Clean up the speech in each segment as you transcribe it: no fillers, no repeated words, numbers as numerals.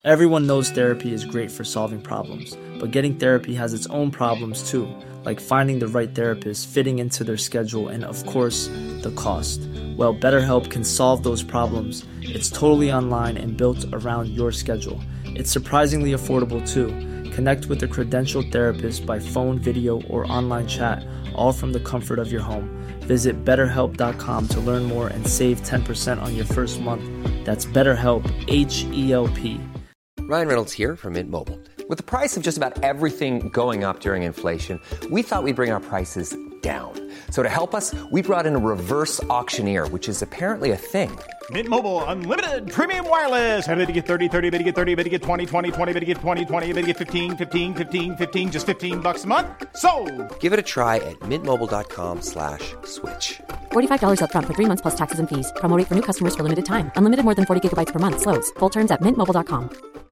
Everyone knows therapy is great for solving problems, but getting therapy has its own problems too, like finding the right therapist, fitting into their schedule, and of course, the cost. Well, BetterHelp can solve those problems. It's totally online and built around your schedule. It's surprisingly affordable too. Connect with a credentialed therapist by phone, video, or online chat, all from the comfort of your home. Visit BetterHelp.com to learn more and save 10% on your first month. That's BetterHelp, H-E-L-P. Ryan Reynolds here from Mint Mobile. With the price of just about everything going up during inflation, we thought we'd bring our prices down. So to help us, we brought in a reverse auctioneer, which is apparently a thing. Mint Mobile Unlimited Premium Wireless. How to get 30, 30, bit to get 30, bit to get 20, 20, 20, bit to get 20, 20, bit to get 15, 15, 15, 15, just $15 a month? Sold! Give it a try at mintmobile.com/switch. $45 up front for 3 months plus taxes and fees. Promo rate for new customers for limited time. Unlimited more than 40 gigabytes per month. Slows full terms at mintmobile.com.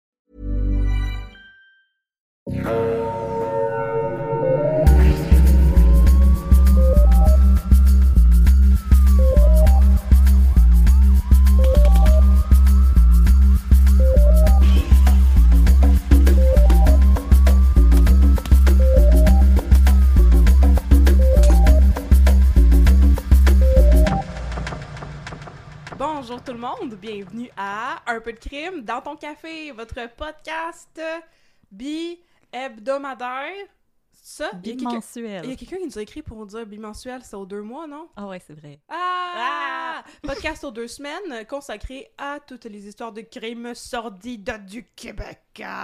Bonjour tout le monde, bienvenue à Un peu de crime dans ton café, votre podcast bi-hebdomadaire. Ça? Bimensuel. Il y a quelqu'un qui nous a écrit pour nous dire bimensuel, c'est aux 2 mois, non? Ah ouais, c'est vrai. Podcast aux 2 semaines consacré à toutes les histoires de crimes sordides du Québec.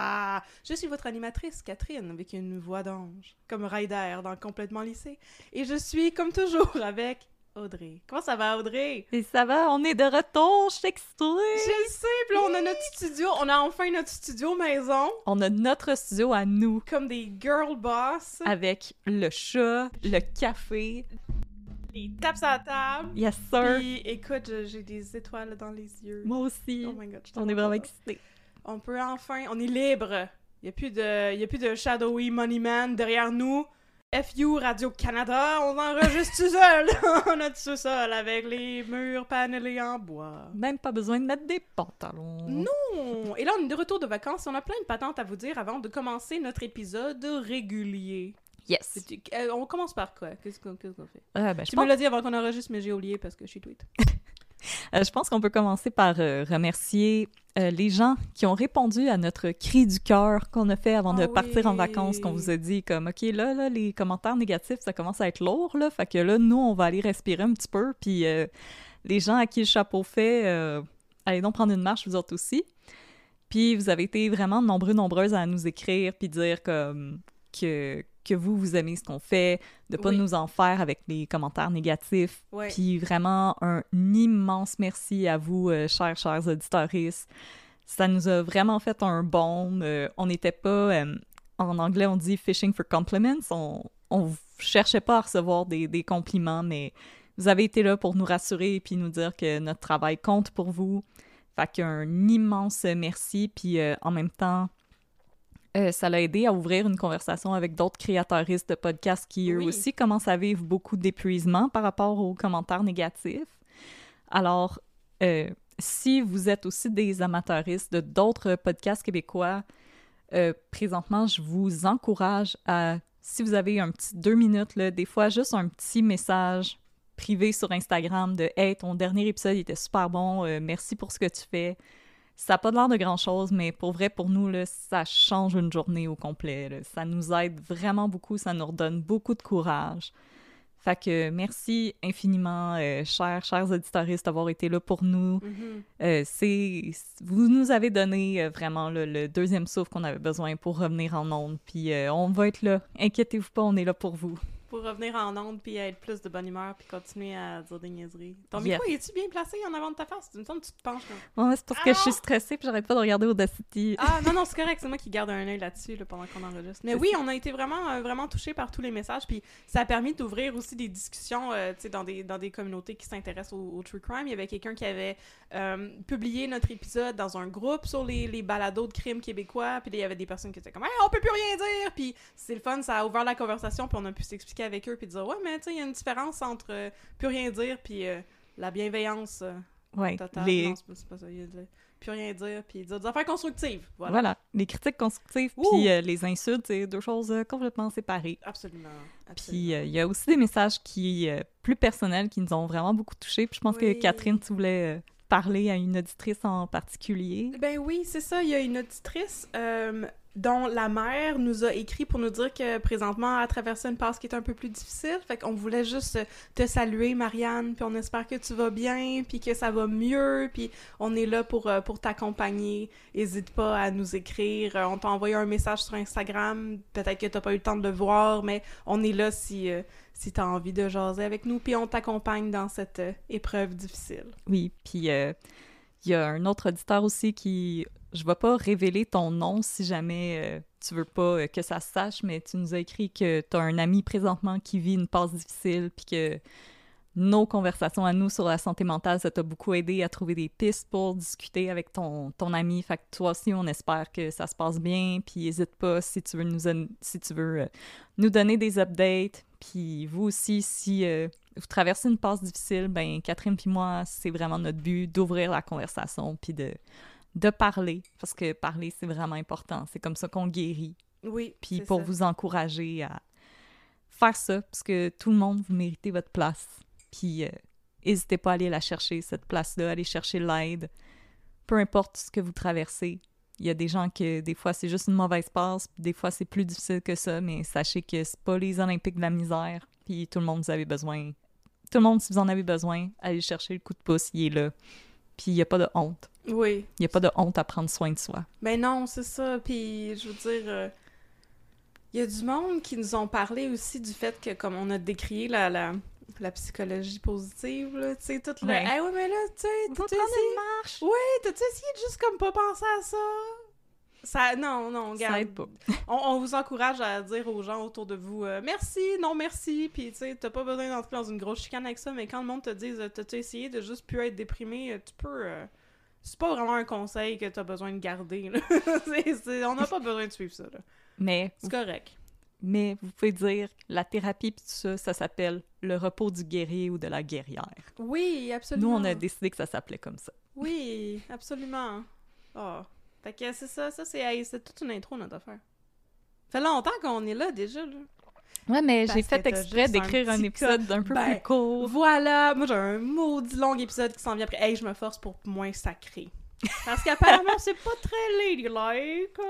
Je suis votre animatrice, Catherine, avec une voix d'ange, comme Ryder dans Complètement lycée. Et je suis, comme toujours, avec Audrey. Comment ça va, Audrey? Et ça va, on est de retour, je suis excitée. Je le sais, puis là, on a notre studio, on a enfin notre studio maison. On a notre studio à nous. Comme des girl boss. Avec le chat, le café. Les tapes à la table. Yes, sir. Puis, écoute, j'ai des étoiles dans les yeux. Moi aussi. Oh my God, on est vraiment excités. On peut enfin, on est libre. Il y a plus de shadowy money man derrière nous. FU Radio-Canada, on enregistre tout seul on a tout seul avec les murs panelés en bois. Même pas besoin de mettre des pantalons. Non! Et là, on est de retour de vacances et on a plein de patentes à vous dire avant de commencer notre épisode régulier. Yes! On commence par quoi? Qu'est-ce qu'on fait? Je me l'as dit avant qu'on enregistre, mais j'ai oublié parce que je suis tweet. Je pense qu'on peut commencer par remercier les gens qui ont répondu à notre cri du cœur qu'on a fait avant de partir en vacances, qu'on vous a dit comme « OK, là, les commentaires négatifs, ça commence à être lourd, là, fait que là, nous, on va aller respirer un petit peu, puis les gens à qui le chapeau fait, allez donc prendre une marche, vous autres aussi. » Puis vous avez été vraiment nombreuses à nous écrire, puis dire comme que vous aimez ce qu'on fait, de pas nous en faire avec les commentaires négatifs. Puis vraiment, un immense merci à vous, chers auditeuristes. Ça nous a vraiment fait un bond. On n'était pas... en anglais, on dit « fishing for compliments ». On cherchait pas à recevoir des compliments, mais vous avez été là pour nous rassurer et puis nous dire que notre travail compte pour vous. Fait qu'un immense merci. Puis en même temps... ça l'a aidé à ouvrir une conversation avec d'autres créateuristes de podcasts qui, eux aussi, commencent à vivre beaucoup d'épuisement par rapport aux commentaires négatifs. Alors, si vous êtes aussi des amateuristes de d'autres podcasts québécois, présentement, je vous encourage à, si vous avez un petit 2 minutes, là, des fois, juste un petit message privé sur Instagram de « Hey, ton dernier épisode était super bon, merci pour ce que tu fais ». Ça n'a pas l'air de grand-chose, mais pour vrai, pour nous, là, ça change une journée au complet. Là. Ça nous aide vraiment beaucoup, ça nous redonne beaucoup de courage. Fait que merci infiniment, chers auditeuristes, d'avoir été là pour nous. Vous nous avez donné vraiment le deuxième souffle qu'on avait besoin pour revenir en ondes. Puis on va être là. Inquiétez-vous pas, on est là pour vous. Pour revenir en ondes, puis être plus de bonne humeur, puis continuer à dire des niaiseries. Ton micro, est-tu bien placé en avant de ta face? Tu me sens que tu te penches, là. Ouais, c'est parce que je suis stressée, puis j'arrête pas de regarder Audacity. Ah, non, c'est correct. C'est moi qui garde un œil là-dessus là, pendant qu'on enregistre. Mais oui, on a été vraiment touchés par tous les messages, puis ça a permis d'ouvrir aussi des discussions, tu sais, dans des communautés qui s'intéressent au true crime. Il y avait quelqu'un qui avait publié notre épisode dans un groupe sur les balados de crimes québécois, puis il y avait des personnes qui étaient comme hey, « on peut plus rien dire! » Puis c'est le fun, ça a ouvert la conversation, puis on a pu s'expliquer avec eux, puis dire « Ouais, mais tu sais, il y a une différence entre plus rien dire, puis la bienveillance totale. » Non, c'est pas ça. Il puis rien dire, puis dire des affaires constructives. Voilà. Les critiques constructives, puis les insultes, c'est deux choses complètement séparées. Absolument. Puis il y a aussi des messages plus personnels qui nous ont vraiment beaucoup touchés. Puis je pense que Catherine, tu voulais parler à une auditrice en particulier. Ben oui, c'est ça. Il y a une auditrice dont la mère nous a écrit pour nous dire que présentement, elle traversait une passe qui est un peu plus difficile. Fait qu'on voulait juste te saluer, Marianne, puis on espère que tu vas bien, puis que ça va mieux, puis on est là pour t'accompagner. N'hésite pas à nous écrire. On t'a envoyé un message sur Instagram. Peut-être que t'as pas eu le temps de le voir, mais on est là si t'as envie de jaser avec nous, puis on t'accompagne dans cette épreuve difficile. Oui, puis il y a un autre auditeur aussi qui... Je vais pas révéler ton nom si jamais tu veux pas que ça se sache, mais tu nous as écrit que tu as un ami présentement qui vit une passe difficile, puis que nos conversations à nous sur la santé mentale, ça t'a beaucoup aidé à trouver des pistes pour discuter avec ton ami. Fait que toi aussi, on espère que ça se passe bien, puis n'hésite pas si tu veux nous donner des updates. Puis vous aussi, si vous traversez une passe difficile, ben Catherine puis moi, c'est vraiment notre but d'ouvrir la conversation, puis de parler, parce que parler, c'est vraiment important. C'est comme ça qu'on guérit. Oui, puis pour vous encourager à faire ça, parce que tout le monde, vous méritez votre place. Puis n'hésitez pas à aller la chercher, cette place-là, aller chercher l'aide. Peu importe ce que vous traversez. Il y a des gens que, des fois, c'est juste une mauvaise passe, puis des fois, c'est plus difficile que ça, mais sachez que c'est pas les Olympiques de la misère, puis tout le monde, vous avez besoin. Tout le monde, si vous en avez besoin, allez chercher le coup de pouce, il est là. Puis il n'y a pas de honte. Oui. Il n'y a pas de honte à prendre soin de soi. Ben non, c'est ça. Puis, je veux dire, il y a du monde qui nous ont parlé aussi du fait que, comme on a décrié la psychologie positive, là, tu sais, tout le... Ouais. Hey, ouais, mais là, tu sais, t'as-tu essayé... une marche? Oui, t'as-tu essayé de juste comme pas penser à ça? Ça, non, regarde. Ça aide pas. On vous encourage à dire aux gens autour de vous merci, non merci, puis tu sais, t'as pas besoin d'entrer dans une grosse chicane avec ça, mais quand le monde te dit t'as-tu essayé de juste plus être déprimé, tu peux... c'est pas vraiment un conseil que t'as besoin de garder, là. On n'a pas besoin de suivre ça, là. Mais... C'est correct. Mais vous pouvez dire, la thérapie pis tout ça, ça s'appelle le repos du guerrier ou de la guerrière. Oui, absolument. Nous, on a décidé que ça s'appelait comme ça. Oui, absolument. Oh. Fait que c'est ça, c'est toute une intro, notre affaire. Ça fait longtemps qu'on est là, déjà, là. Ouais, mais Parce j'ai fait exprès d'écrire un épisode d'un peu plus court. Voilà! Moi, j'ai un maudit long épisode qui s'en vient après. Hey, je me force pour moins sacrer. Parce qu'apparemment, c'est pas très ladylike,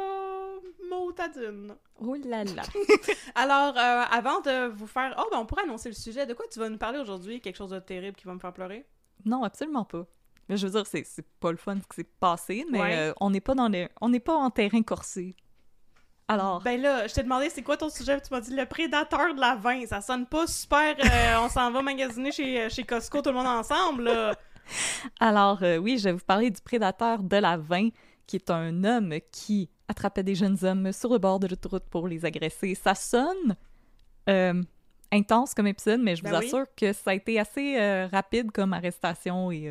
motadine. Oh là là! Alors, avant de vous faire... Oh, ben on pourrait annoncer le sujet. De quoi tu vas nous parler aujourd'hui? Quelque chose de terrible qui va me faire pleurer? Non, absolument pas. Je veux dire, c'est pas le fun ce qui s'est passé, mais ouais. On n'est pas en terrain corsé. Alors... Ben là, je t'ai demandé c'est quoi ton sujet, tu m'as dit le prédateur de la vin. Ça sonne pas super, on s'en va magasiner chez Costco tout le monde ensemble, là. Alors, oui, je vais vous parler du prédateur de la vin, qui est un homme qui attrapait des jeunes hommes sur le bord de l'autoroute pour les agresser. Ça sonne intense comme épisode, mais je vous assure que ça a été assez rapide comme arrestation et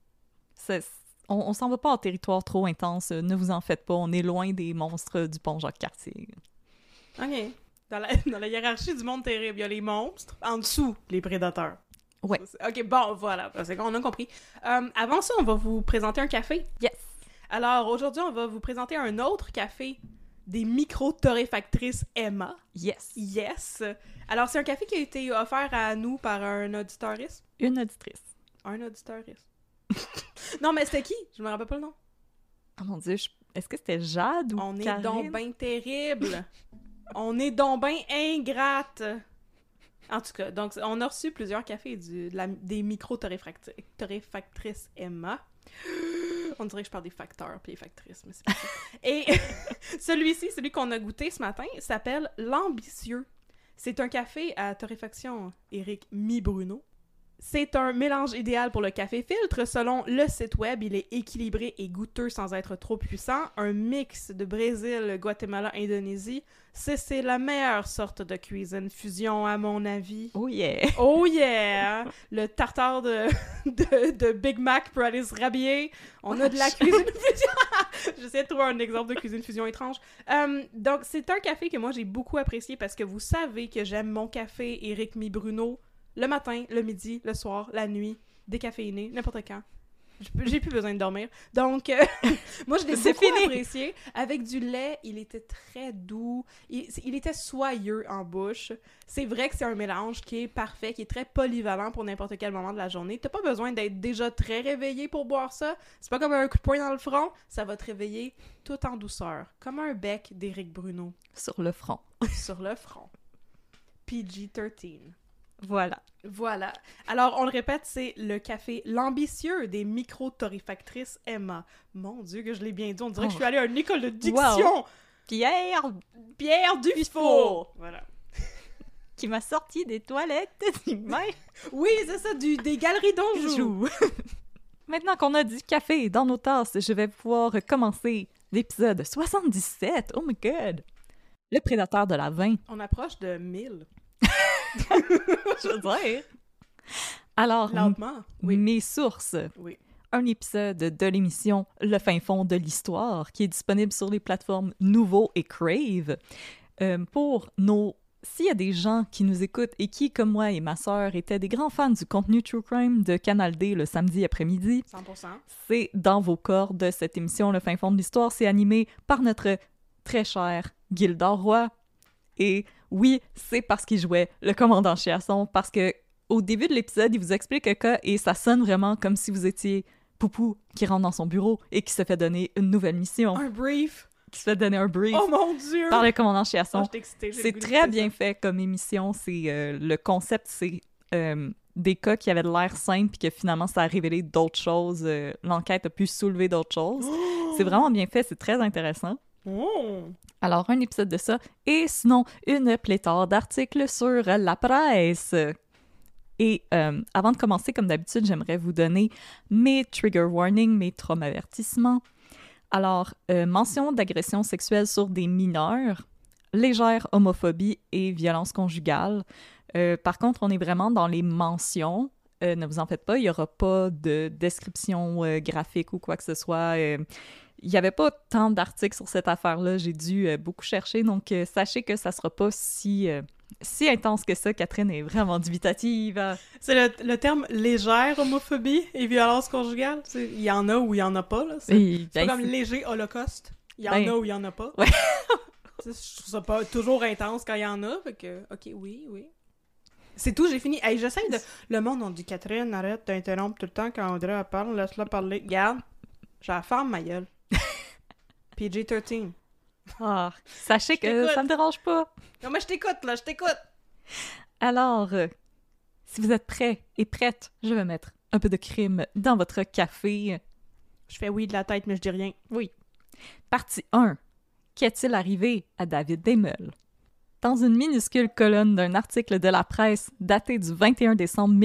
on s'en va pas en territoire trop intense. Ne vous en faites pas, on est loin des monstres du pont Jacques-Cartier. OK. Dans la hiérarchie du monde terrible, il y a les monstres, en dessous, les prédateurs. Ouais. OK, bon, voilà, c'est qu'on a compris. Avant ça, on va vous présenter un café. Yes! Alors, aujourd'hui, on va vous présenter un autre café des micro-torréfactrices Emma. Yes! Yes! Alors, c'est un café qui a été offert à nous par un auditoriste. Une auditrice. Un auditoriste. Non, mais c'était qui? Je me rappelle pas le nom. Oh mon Dieu, est-ce que c'était Jade ou On Karine? est donc ben terrible! On est donc ben ingrate! En tout cas, donc on a reçu plusieurs cafés des micro-torréfactrices Emma. On dirait que je parle des facteurs puis des factrices, mais c'est pas ça. Et celui-ci, celui qu'on a goûté ce matin, s'appelle l'Ambitieux. C'est un café à torréfaction Éric Mi-Bruno. C'est un mélange idéal pour le café filtre. Selon le site web, il est équilibré et goûteux sans être trop puissant. Un mix de Brésil, Guatemala, Indonésie. C'est la meilleure sorte de cuisine fusion, à mon avis. Oh yeah! Oh yeah! Le tartare de Big Mac peut aller se rhabiller. On a de la cuisine fusion. J'essaie de trouver un exemple de cuisine fusion étrange. Donc, c'est un café que moi, j'ai beaucoup apprécié parce que vous savez que j'aime mon café Éric Mi-Bruno le matin, le midi, le soir, la nuit, décaféiné, n'importe quand. J'ai plus besoin de dormir. Donc, moi, je l'ai beaucoup apprécié. Avec du lait, il était très doux. Il était soyeux en bouche. C'est vrai que c'est un mélange qui est parfait, qui est très polyvalent pour n'importe quel moment de la journée. T'as pas besoin d'être déjà très réveillé pour boire ça. C'est pas comme un coup de poing dans le front. Ça va te réveiller tout en douceur. Comme un bec d'Éric Bruno. Sur le front. Sur le front. PG-13. Voilà. Alors, on le répète, c'est le café L'Ambitieux des micro-torréfactrices Emma. Mon Dieu, que je l'ai bien dit. On dirait que je suis allée à une école de diction. Wow. Pierre Dufaux. Voilà. Qui m'a sorti des toilettes d'humain. Oui, c'est ça, des galeries d'Anjou. Maintenant qu'on a du café dans nos tasses, je vais pouvoir commencer l'épisode 77. Oh my God! Le prédateur de la vin. On approche de 1000. Je veux dire. Alors, lentement, oui. Mes sources. Oui. Un épisode de l'émission Le fin fond de l'histoire qui est disponible sur les plateformes Nouveau et Crave. S'il y a des gens qui nous écoutent et qui, comme moi et ma sœur, étaient des grands fans du contenu True Crime de Canal D le samedi après-midi, 100%. C'est dans vos cordes, cette émission Le fin fond de l'histoire. C'est animé par notre très cher Gildor Roy. Et oui, c'est parce qu'il jouait le commandant Chiasson, parce que au début de l'épisode, il vous explique le cas et ça sonne vraiment comme si vous étiez Poupou qui rentre dans son bureau et qui se fait donner une nouvelle mission. Un brief. Qui se fait donner un brief. Oh mon Dieu! Par le commandant Chiasson. Oh, c'est très bien fait comme émission. C'est le concept, c'est des cas qui avaient de l'air simples puis que finalement ça a révélé d'autres choses. L'enquête a pu soulever d'autres choses. C'est vraiment bien fait, c'est très intéressant. Alors, un épisode de ça, et sinon, une pléthore d'articles sur la presse. Et avant de commencer, comme d'habitude, j'aimerais vous donner mes trigger warnings, mes traumavertissements. Alors, mention d'agression sexuelle sur des mineurs, légère homophobie et violence conjugale. Par contre, on est vraiment dans les mentions. Ne vous en faites pas, il n'y aura pas de description graphique ou quoi que ce soit. Il n'y avait pas tant d'articles sur cette affaire-là. J'ai dû beaucoup chercher. Donc, sachez que ça ne sera pas si intense que ça. Catherine est vraiment dubitative. C'est le terme légère homophobie et violence conjugale. Il y en a ou il n'y en a pas. Là. C'est pas comme léger holocauste. Il y en a ou il n'y en a pas. Ouais. Je trouve ça pas toujours intense quand il y en a. Fait que, OK, oui. C'est tout, j'ai fini. Hey, j'essaie de... Le monde, on dit « Catherine, arrête d'interrompre tout le temps quand Audrey elle parle. Laisse-la parler. Regarde, j'ai la ferme, ma gueule. » PG-13. Sachez que ça me dérange pas. Non, mais je t'écoute. Alors, si vous êtes prêts et prêtes, je vais mettre un peu de crime dans votre café. Je fais oui de la tête, mais je dis rien. Oui. Partie 1. Qu'est-il arrivé à David Demel? Dans une minuscule colonne d'un article de la presse daté du 21 décembre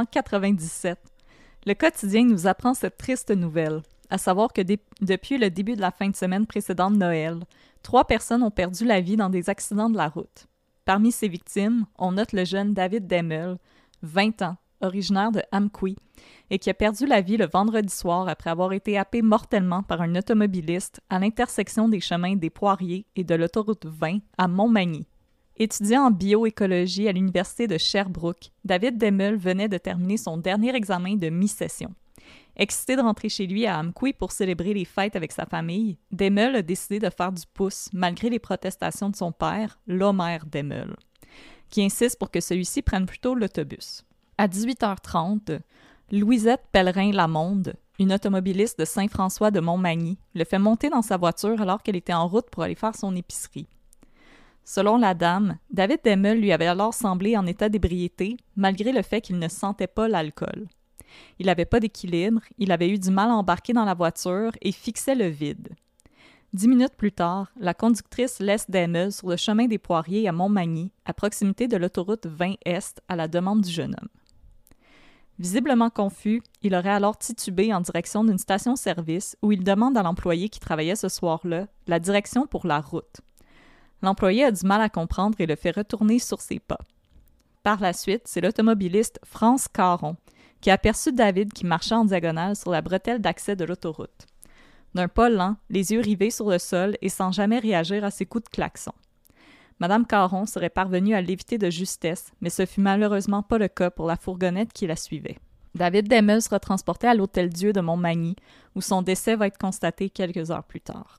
1997, le quotidien nous apprend cette triste nouvelle. À savoir que depuis le début de la fin de semaine précédente Noël, 3 personnes ont perdu la vie dans des accidents de la route. Parmi ces victimes, on note le jeune David Demel, 20 ans, originaire de Amqui, et qui a perdu la vie le vendredi soir après avoir été happé mortellement par un automobiliste à l'intersection des chemins des Poiriers et de l'autoroute 20 à Montmagny. Étudiant en bioécologie à l'université de Sherbrooke, David Demel venait de terminer son dernier examen de mi-session. Excité de rentrer chez lui à Amqui pour célébrer les fêtes avec sa famille, Demel a décidé de faire du pouce malgré les protestations de son père, l'Homer Demel, qui insiste pour que celui-ci prenne plutôt l'autobus. À 18h30, Louisette Pellerin-Lamonde, une automobiliste de Saint-François de Montmagny, le fait monter dans sa voiture alors qu'elle était en route pour aller faire son épicerie. Selon la dame, David Demel lui avait alors semblé en état d'ébriété, malgré le fait qu'il ne sentait pas l'alcool. Il n'avait pas d'équilibre, il avait eu du mal à embarquer dans la voiture et fixait le vide. 10 minutes plus tard, la conductrice laisse Demel sur le chemin des Poiriers à Montmagny, à proximité de l'autoroute 20 Est, à la demande du jeune homme. Visiblement confus, il aurait alors titubé en direction d'une station-service où il demande à l'employé qui travaillait ce soir-là la direction pour la route. L'employé a du mal à comprendre et le fait retourner sur ses pas. Par la suite, c'est l'automobiliste France Caron qui a aperçu David qui marchait en diagonale sur la bretelle d'accès de l'autoroute. D'un pas lent, les yeux rivés sur le sol et sans jamais réagir à ses coups de klaxon. Madame Caron serait parvenue à l'éviter de justesse, mais ce fut malheureusement pas le cas pour la fourgonnette qui la suivait. David Demel sera transporté à l'Hôtel-Dieu de Montmagny, où son décès va être constaté quelques heures plus tard.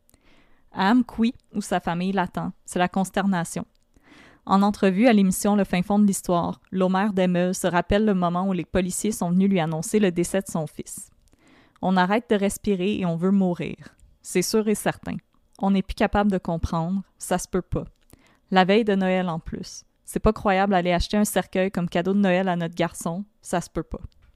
À Amqui, où sa famille l'attend, c'est la consternation. En entrevue à l'émission Le fin fond de l'histoire, l'Omer Demel se rappelle le moment où les policiers sont venus lui annoncer le décès de son fils. On arrête de respirer et on veut mourir. C'est sûr et certain. On n'est plus capable de comprendre, ça se peut pas. La veille de Noël en plus. C'est pas croyable d'aller acheter un cercueil comme cadeau de Noël à notre garçon, ça se peut pas.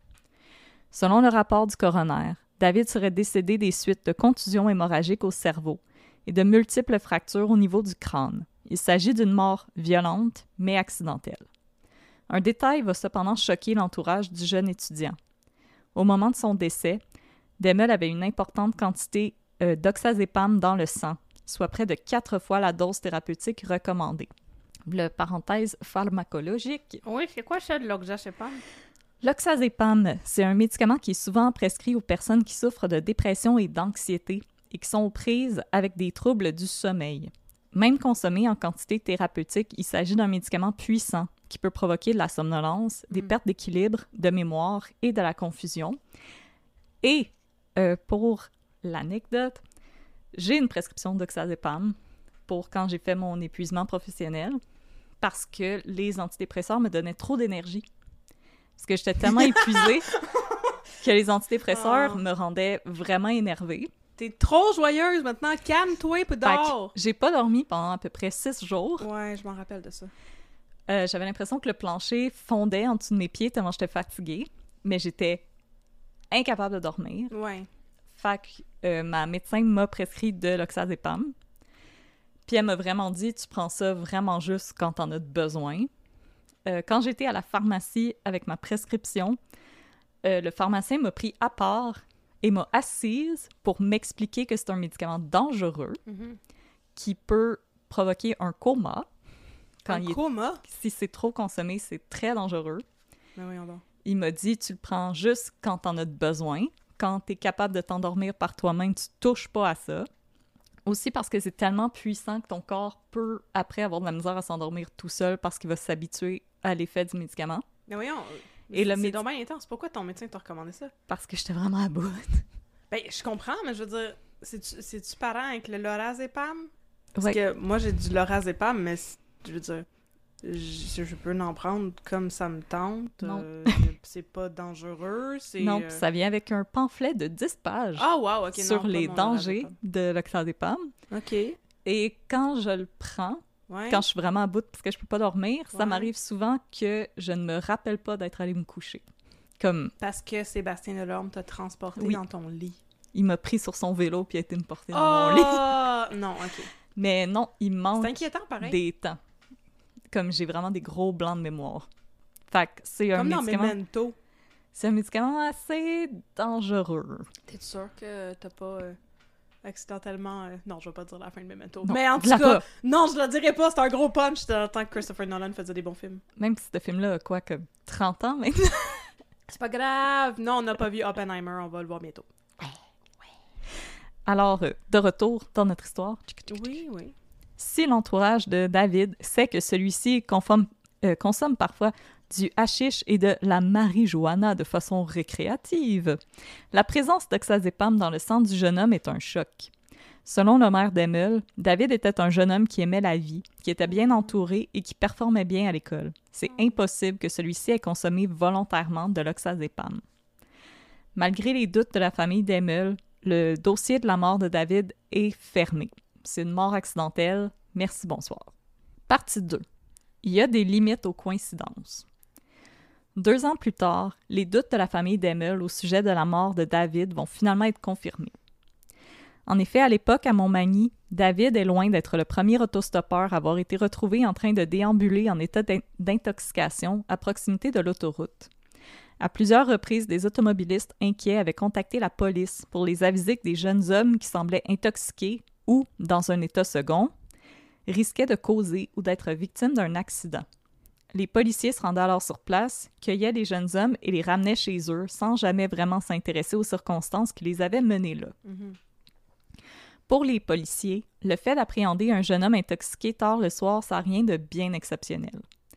Selon le rapport du coroner, David serait décédé des suites de contusions hémorragiques au cerveau et de multiples fractures au niveau du crâne. Il s'agit d'une mort violente, mais accidentelle. Un détail va cependant choquer l'entourage du jeune étudiant. Au moment de son décès, Demel avait une importante quantité d'oxazépam dans le sang, soit près de 4 fois la dose thérapeutique recommandée. Le parenthèse pharmacologique. Oui, c'est quoi ça de l'oxazépam? L'oxazépam, c'est un médicament qui est souvent prescrit aux personnes qui souffrent de dépression et d'anxiété et qui sont aux prises avec des troubles du sommeil. Même consommé en quantité thérapeutique, il s'agit d'un médicament puissant qui peut provoquer de la somnolence, des pertes d'équilibre, de mémoire et de la confusion. Et pour l'anecdote, j'ai une prescription d'oxazépam pour quand j'ai fait mon épuisement professionnel parce que les antidépresseurs me donnaient trop d'énergie. Parce que j'étais tellement épuisée que les antidépresseurs me rendaient vraiment énervée. T'es trop joyeuse maintenant, calme-toi et dors! J'ai pas dormi pendant à peu près 6 jours. Ouais, je m'en rappelle de ça. J'avais l'impression que le plancher fondait en dessous de mes pieds tellement j'étais fatiguée, mais j'étais incapable de dormir. Ouais. Fait que ma médecin m'a prescrit de l'oxazépam. Puis elle m'a vraiment dit, tu prends ça vraiment juste quand t'en as besoin. Quand j'étais à la pharmacie avec ma prescription, le pharmacien m'a pris à part et m'a assise pour m'expliquer que c'est un médicament dangereux qui peut provoquer un coma. Coma? Si c'est trop consommé, c'est très dangereux. Mais voyons donc. Il m'a dit, tu le prends juste quand t'en as besoin. Quand t'es capable de t'endormir par toi-même, tu touches pas à ça. Aussi parce que c'est tellement puissant que ton corps peut, après, avoir de la misère à s'endormir tout seul parce qu'il va s'habituer à l'effet du médicament. Mais voyons, et c'est dommage intense. Pourquoi ton médecin t'a recommandé ça? Parce que j'étais vraiment à bout. Ben, je comprends, mais je veux dire, c'est-tu parent avec le lorazépam? Parce Ouais. que moi, j'ai du lorazépam, mais je veux dire, je peux en prendre comme ça me tente. Non. C'est pas dangereux. Non, puis ça vient avec un pamphlet de 10 pages Ah, wow, ok. sur non, les pas mon dangers lorazépam. de l'oxazépam. Ok. Et quand je le prends, Ouais. quand je suis vraiment à bout parce que je peux pas dormir, Ouais. ça m'arrive souvent que je ne me rappelle pas d'être allée me coucher. Comme Parce que Sébastien Delorme t'a transporté Oui. dans ton lit. il m'a pris sur son vélo puis a été me porter dans mon lit. Ah! Non, ok. Mais non, il manque C'est inquiétant, pareil. des temps. Comme j'ai vraiment des gros blancs de mémoire. Fait que c'est un Comme dans médicament... Memento. C'est un médicament assez dangereux. T'es sûr que t'as pas accidentellement... Non, je vais pas dire la fin de Memento. Non, Mais en tout dis-la cas, pas. non, je le dirais pas. C'est un gros punch dans le temps que Christopher Nolan faisait des bons films. Même si ce film-là a quoi, comme 30 ans maintenant? C'est pas grave. Non, on n'a pas vu Oppenheimer. On va le voir bientôt. Alors, de retour dans notre histoire. Oui, oui. Si l'entourage de David sait que celui-ci consomme parfois du hashish et de la marijuana de façon récréative, la présence d'oxazépam dans le sang du jeune homme est un choc. Selon le maire d'Emel, David était un jeune homme qui aimait la vie, qui était bien entouré et qui performait bien à l'école. C'est impossible que celui-ci ait consommé volontairement de l'oxazépam. Malgré les doutes de la famille d'Emel, le dossier de la mort de David est fermé. C'est une mort accidentelle. Merci, bonsoir. Partie 2. Il y a des limites aux coïncidences. 2 ans plus tard, les doutes de la famille d'Emel au sujet de la mort de David vont finalement être confirmés. En effet, à l'époque, à Montmagny, David est loin d'être le premier autostoppeur à avoir été retrouvé en train de déambuler en état d'intoxication à proximité de l'autoroute. À plusieurs reprises, des automobilistes inquiets avaient contacté la police pour les aviser que des jeunes hommes qui semblaient intoxiqués ou, dans un état second, risquaient de causer ou d'être victimes d'un accident. Les policiers se rendaient alors sur place, cueillaient les jeunes hommes et les ramenaient chez eux sans jamais vraiment s'intéresser aux circonstances qui les avaient menés là. Pour les policiers, le fait d'appréhender un jeune homme intoxiqué tard le soir, ça n'a rien de bien exceptionnel.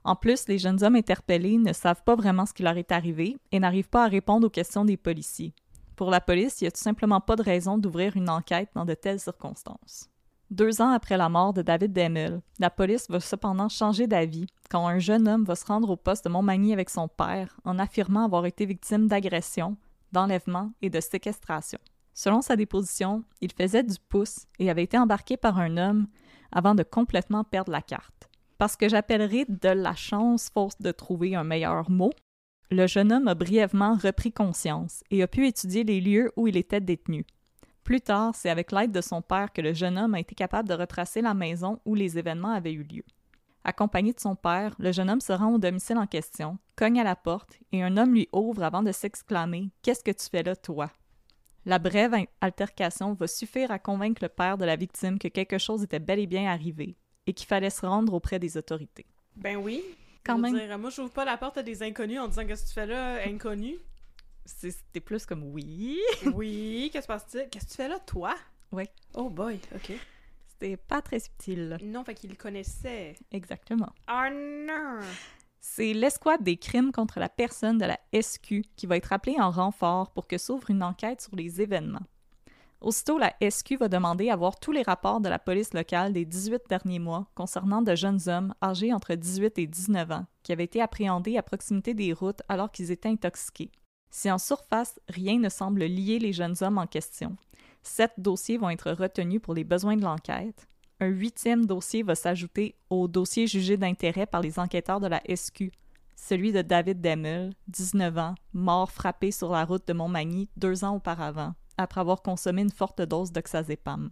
En plus, les jeunes hommes interpellés ne savent pas vraiment ce qui leur est arrivé et n'arrivent pas à répondre aux questions des policiers. Pour la police, il n'y a tout simplement pas de raison d'ouvrir une enquête dans de telles circonstances. 2 ans après la mort de David Demel, la police va cependant changer d'avis quand un jeune homme va se rendre au poste de Montmagny avec son père en affirmant avoir été victime d'agression, d'enlèvement et de séquestration. Selon sa déposition, il faisait du pouce et avait été embarqué par un homme avant de complètement perdre la carte. Parce que j'appellerais de la chance, faute de trouver un meilleur mot, le jeune homme a brièvement repris conscience et a pu étudier les lieux où il était détenu. Plus tard, c'est avec l'aide de son père que le jeune homme a été capable de retracer la maison où les événements avaient eu lieu. Accompagné de son père, le jeune homme se rend au domicile en question, cogne à la porte et un homme lui ouvre avant de s'exclamer « Qu'est-ce que tu fais là, toi? » La brève altercation va suffire à convaincre le père de la victime que quelque chose était bel et bien arrivé et qu'il fallait se rendre auprès des autorités. Ben oui. Quand même. Dire, moi, j'ouvre pas la porte à des inconnus en disant « Qu'est-ce que tu fais là, inconnu? » C'était plus comme « Oui. » Oui, qu'est-ce que se passe-t-il? Qu'est-ce que tu fais là, toi? Oui. Oh boy, OK. C'était pas très subtil. Non, fait qu'il le connaissait. Exactement. Oh non! C'est l'escouade des crimes contre la personne de la SQ qui va être appelée en renfort pour que s'ouvre une enquête sur les événements. Aussitôt, la SQ va demander à voir tous les rapports de la police locale des 18 derniers mois concernant de jeunes hommes âgés entre 18 et 19 ans qui avaient été appréhendés à proximité des routes alors qu'ils étaient intoxiqués. Si en surface, rien ne semble lier les jeunes hommes en question, 7 dossiers vont être retenus pour les besoins de l'enquête. Un 8e dossier va s'ajouter au dossier jugé d'intérêt par les enquêteurs de la SQ, celui de David Demel, 19 ans, mort frappé sur la route de Montmagny 2 ans auparavant, après avoir consommé une forte dose d'oxazépam.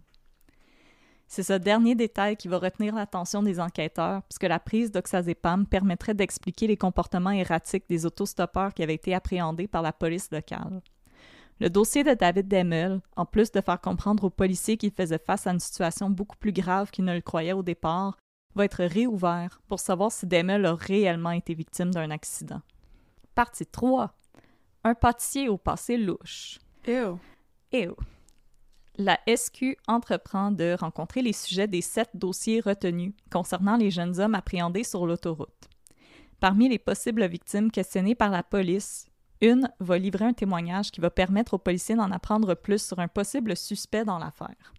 C'est ce dernier détail qui va retenir l'attention des enquêteurs, puisque la prise d'oxazépam permettrait d'expliquer les comportements erratiques des autostoppeurs qui avaient été appréhendés par la police locale. Le dossier de David Demel, en plus de faire comprendre aux policiers qu'il faisait face à une situation beaucoup plus grave qu'ils ne le croyaient au départ, va être réouvert pour savoir si Demel a réellement été victime d'un accident. Partie 3. Un pâtissier au passé louche. Ew. Ew. La SQ entreprend de rencontrer les sujets des 7 dossiers retenus concernant les jeunes hommes appréhendés sur l'autoroute. Parmi les possibles victimes questionnées par la police, une va livrer un témoignage qui va permettre aux policiers d'en apprendre plus sur un possible suspect dans l'affaire.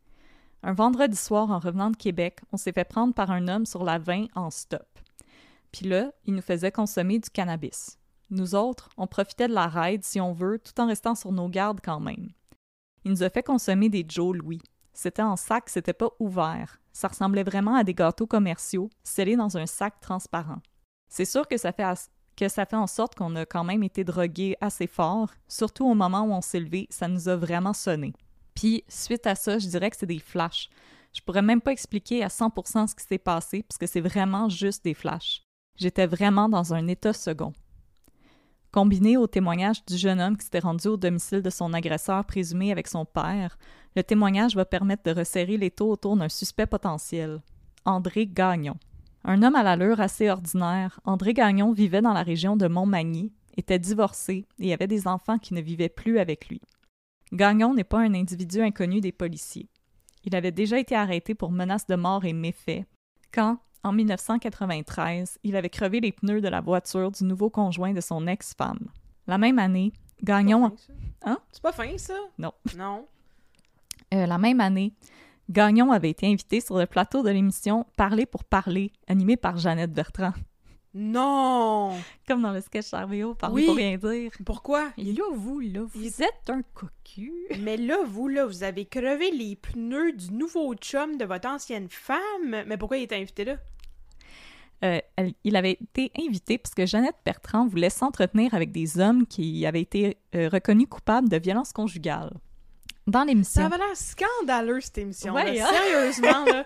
Un vendredi soir, en revenant de Québec, on s'est fait prendre par un homme sur la 20 en stop. Puis là, il nous faisait consommer du cannabis. Nous autres, on profitait de la ride, si on veut, tout en restant sur nos gardes quand même. Il nous a fait consommer des Joe Louis. C'était en sac, c'était pas ouvert. Ça ressemblait vraiment à des gâteaux commerciaux, scellés dans un sac transparent. C'est sûr que ça fait en sorte qu'on a quand même été drogués assez fort, surtout au moment où on s'est levé, ça nous a vraiment sonné. Puis, suite à ça, je dirais que c'est des flashs. Je pourrais même pas expliquer à 100% ce qui s'est passé, puisque c'est vraiment juste des flashs. J'étais vraiment dans un état second. Combiné au témoignage du jeune homme qui s'était rendu au domicile de son agresseur présumé avec son père, le témoignage va permettre de resserrer l'étau autour d'un suspect potentiel, André Gagnon. Un homme à l'allure assez ordinaire, André Gagnon vivait dans la région de Montmagny, était divorcé et avait des enfants qui ne vivaient plus avec lui. Gagnon n'est pas un individu inconnu des policiers. Il avait déjà été arrêté pour menaces de mort et méfaits, quand, en 1993, il avait crevé les pneus de la voiture du nouveau conjoint de son ex-femme. La même année, Gagnon... C'est pas fin, ça? Non. Non. La même année, Gagnon avait été invité sur le plateau de l'émission Parler pour parler, animée par Jeannette Bertrand. Non! Comme dans le sketch RBO, Parler pour rien dire. Pourquoi? Et là, vous êtes un cocu. Mais là, vous avez crevé les pneus du nouveau chum de votre ancienne femme. Mais pourquoi il était invité là? Il avait été invité parce que Jeannette Bertrand voulait s'entretenir avec des hommes qui avaient été reconnus coupables de violences conjugales. Dans l'émission... Ça avait l'air scandaleux, cette émission-là. Ouais, hein? Sérieusement, là.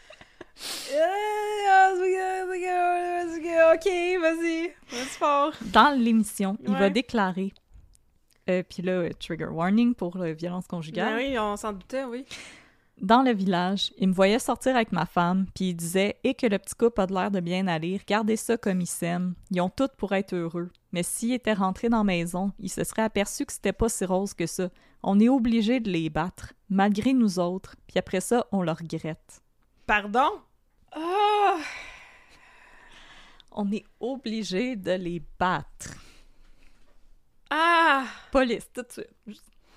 OK, vas-y fort. Dans l'émission, il Ouais. va déclarer, puis là, trigger warning pour violence conjugale. Ben oui, on s'en doutait, oui. Dans le village, il me voyait sortir avec ma femme, puis il disait « Et que le petit couple a de l'air de bien aller, regardez ça comme ils s'aiment, ils ont tout pour être heureux. Mais s'ils étaient rentrés dans la maison, ils se seraient aperçus que c'était pas si rose que ça. On est obligé de les battre, malgré nous autres, puis après ça, on le regrette. » Pardon? Oh! On est obligé de les battre. Ah! Police, tout de suite.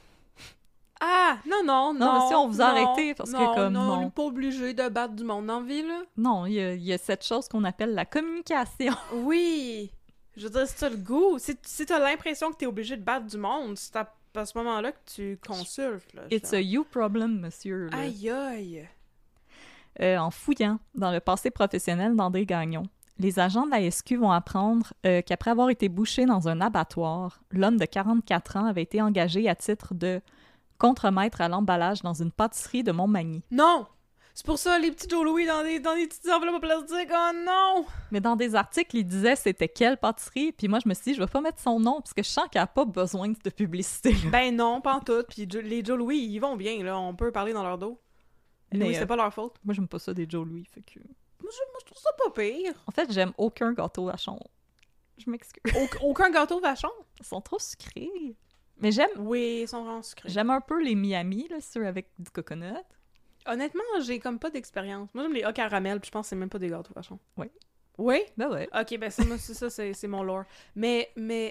Ah! Non, monsieur, on vous a arrêté parce que comme, non, on non. n'est pas obligé de battre du monde en ville, là. Non, il y a cette chose qu'on appelle la communication. Oui! Je veux dire, si t'as le goût, si t'as l'impression que t'es obligé de battre du monde, c'est à ce moment-là que tu consultes, là. It's a you problem, monsieur. Là. Aïe, aïe! En fouillant dans le passé professionnel d'André Gagnon, les agents de la SQ vont apprendre qu'après avoir été bouché dans un abattoir, l'homme de 44 ans avait été engagé à titre de contremaître à l'emballage dans une pâtisserie de Montmagny. Non! C'est pour ça, les petits Joe Louis dans des petites enveloppes en plastique, oh non! Mais dans des articles, il disait c'était quelle pâtisserie, puis moi je me suis dit je vais pas mettre son nom parce que je sens qu'elle a pas besoin de publicité. Là. Ben non, pas en tout. Puis les Joe Louis, ils vont bien, là. On peut parler dans leur dos. Mais, Oui, c'est pas leur faute. Moi j'aime pas ça des Joe Louis, fait que... Moi, je trouve ça pas pire. En fait, j'aime aucun gâteau vachon. Je m'excuse. Aucun gâteau vachon? Ils sont trop sucrés. Mais j'aime... Oui, ils sont vraiment sucrés. J'aime un peu les Miami, là, ceux avec du coconut. Honnêtement, j'ai comme pas d'expérience. Moi, j'aime les hauts caramel, puis je pense que c'est même pas des gâteaux vachons. Oui. Oui? Ben ouais. Ok, ben c'est mon lore. Mais...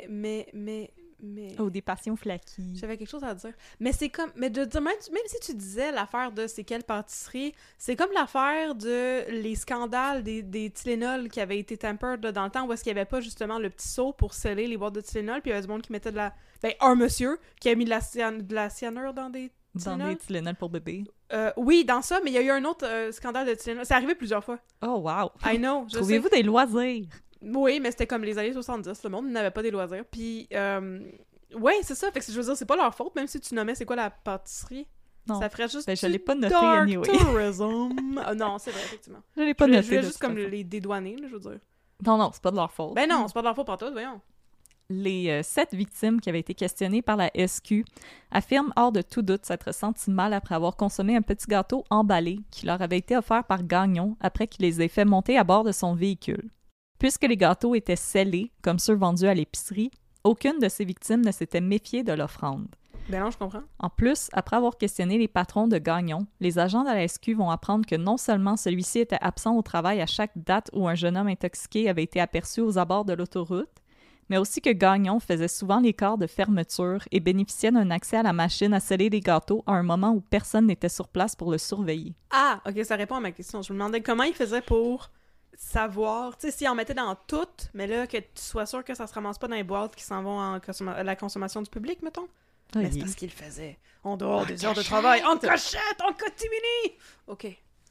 Oh, des passions flaquies. J'avais quelque chose à dire. Mais c'est comme... Mais de dire, même si tu disais l'affaire de c'est quelle pâtisserie, c'est comme l'affaire de les scandales des Tylenol qui avaient été tempered là, dans le temps où est-ce qu'il n'y avait pas justement le petit seau pour sceller les boîtes de Tylenol, puis il y avait du monde qui mettait de la... Ben, un monsieur qui a mis de la cyanure dans des Tylenol. Dans des Tylenol pour bébé. Oui, dans ça, mais il y a eu un autre scandale de Tylenol. C'est arrivé plusieurs fois. Oh, wow! I know, je Trouvez-vous des loisirs? Oui, mais c'était comme les années 70, le monde n'avait pas des loisirs. Puis, ouais, c'est ça. Fait que je veux dire, c'est pas leur faute, même si tu nommais c'est quoi la pâtisserie. Non. Ça ferait juste. Ben, je l'ai pas noté dark anyway. tourism. Non, c'est vrai, effectivement. Je l'ai pas Je noté. voulais de juste toute comme façon. les dédouaner, là, je veux dire. Non, c'est pas de leur faute. Ben non, c'est pas de leur faute pour toi, voyons. Les 7 victimes qui avaient été questionnées par la SQ affirment hors de tout doute s'être senties mal après avoir consommé un petit gâteau emballé qui leur avait été offert par Gagnon après qu'il les ait fait monter à bord de son véhicule. Puisque les gâteaux étaient scellés, comme ceux vendus à l'épicerie, aucune de ces victimes ne s'était méfiée de l'offrande. Ben non, je comprends. En plus, après avoir questionné les patrons de Gagnon, les agents de la SQ vont apprendre que non seulement celui-ci était absent au travail à chaque date où un jeune homme intoxiqué avait été aperçu aux abords de l'autoroute, mais aussi que Gagnon faisait souvent les quarts de fermeture et bénéficiait d'un accès à la machine à sceller les gâteaux à un moment où personne n'était sur place pour le surveiller. Ah, ok, ça répond à ma question. Je me demandais comment ils faisaient pour savoir, tu sais, s'ils en mettaient dans toutes, mais là, que tu sois sûr que ça se ramasse pas dans les boîtes qui s'en vont à la consommation du public, mettons. Mais c'est parce qu'ils le faisaient. En dehors des heures de travail, en cachette, en catimini! Ok.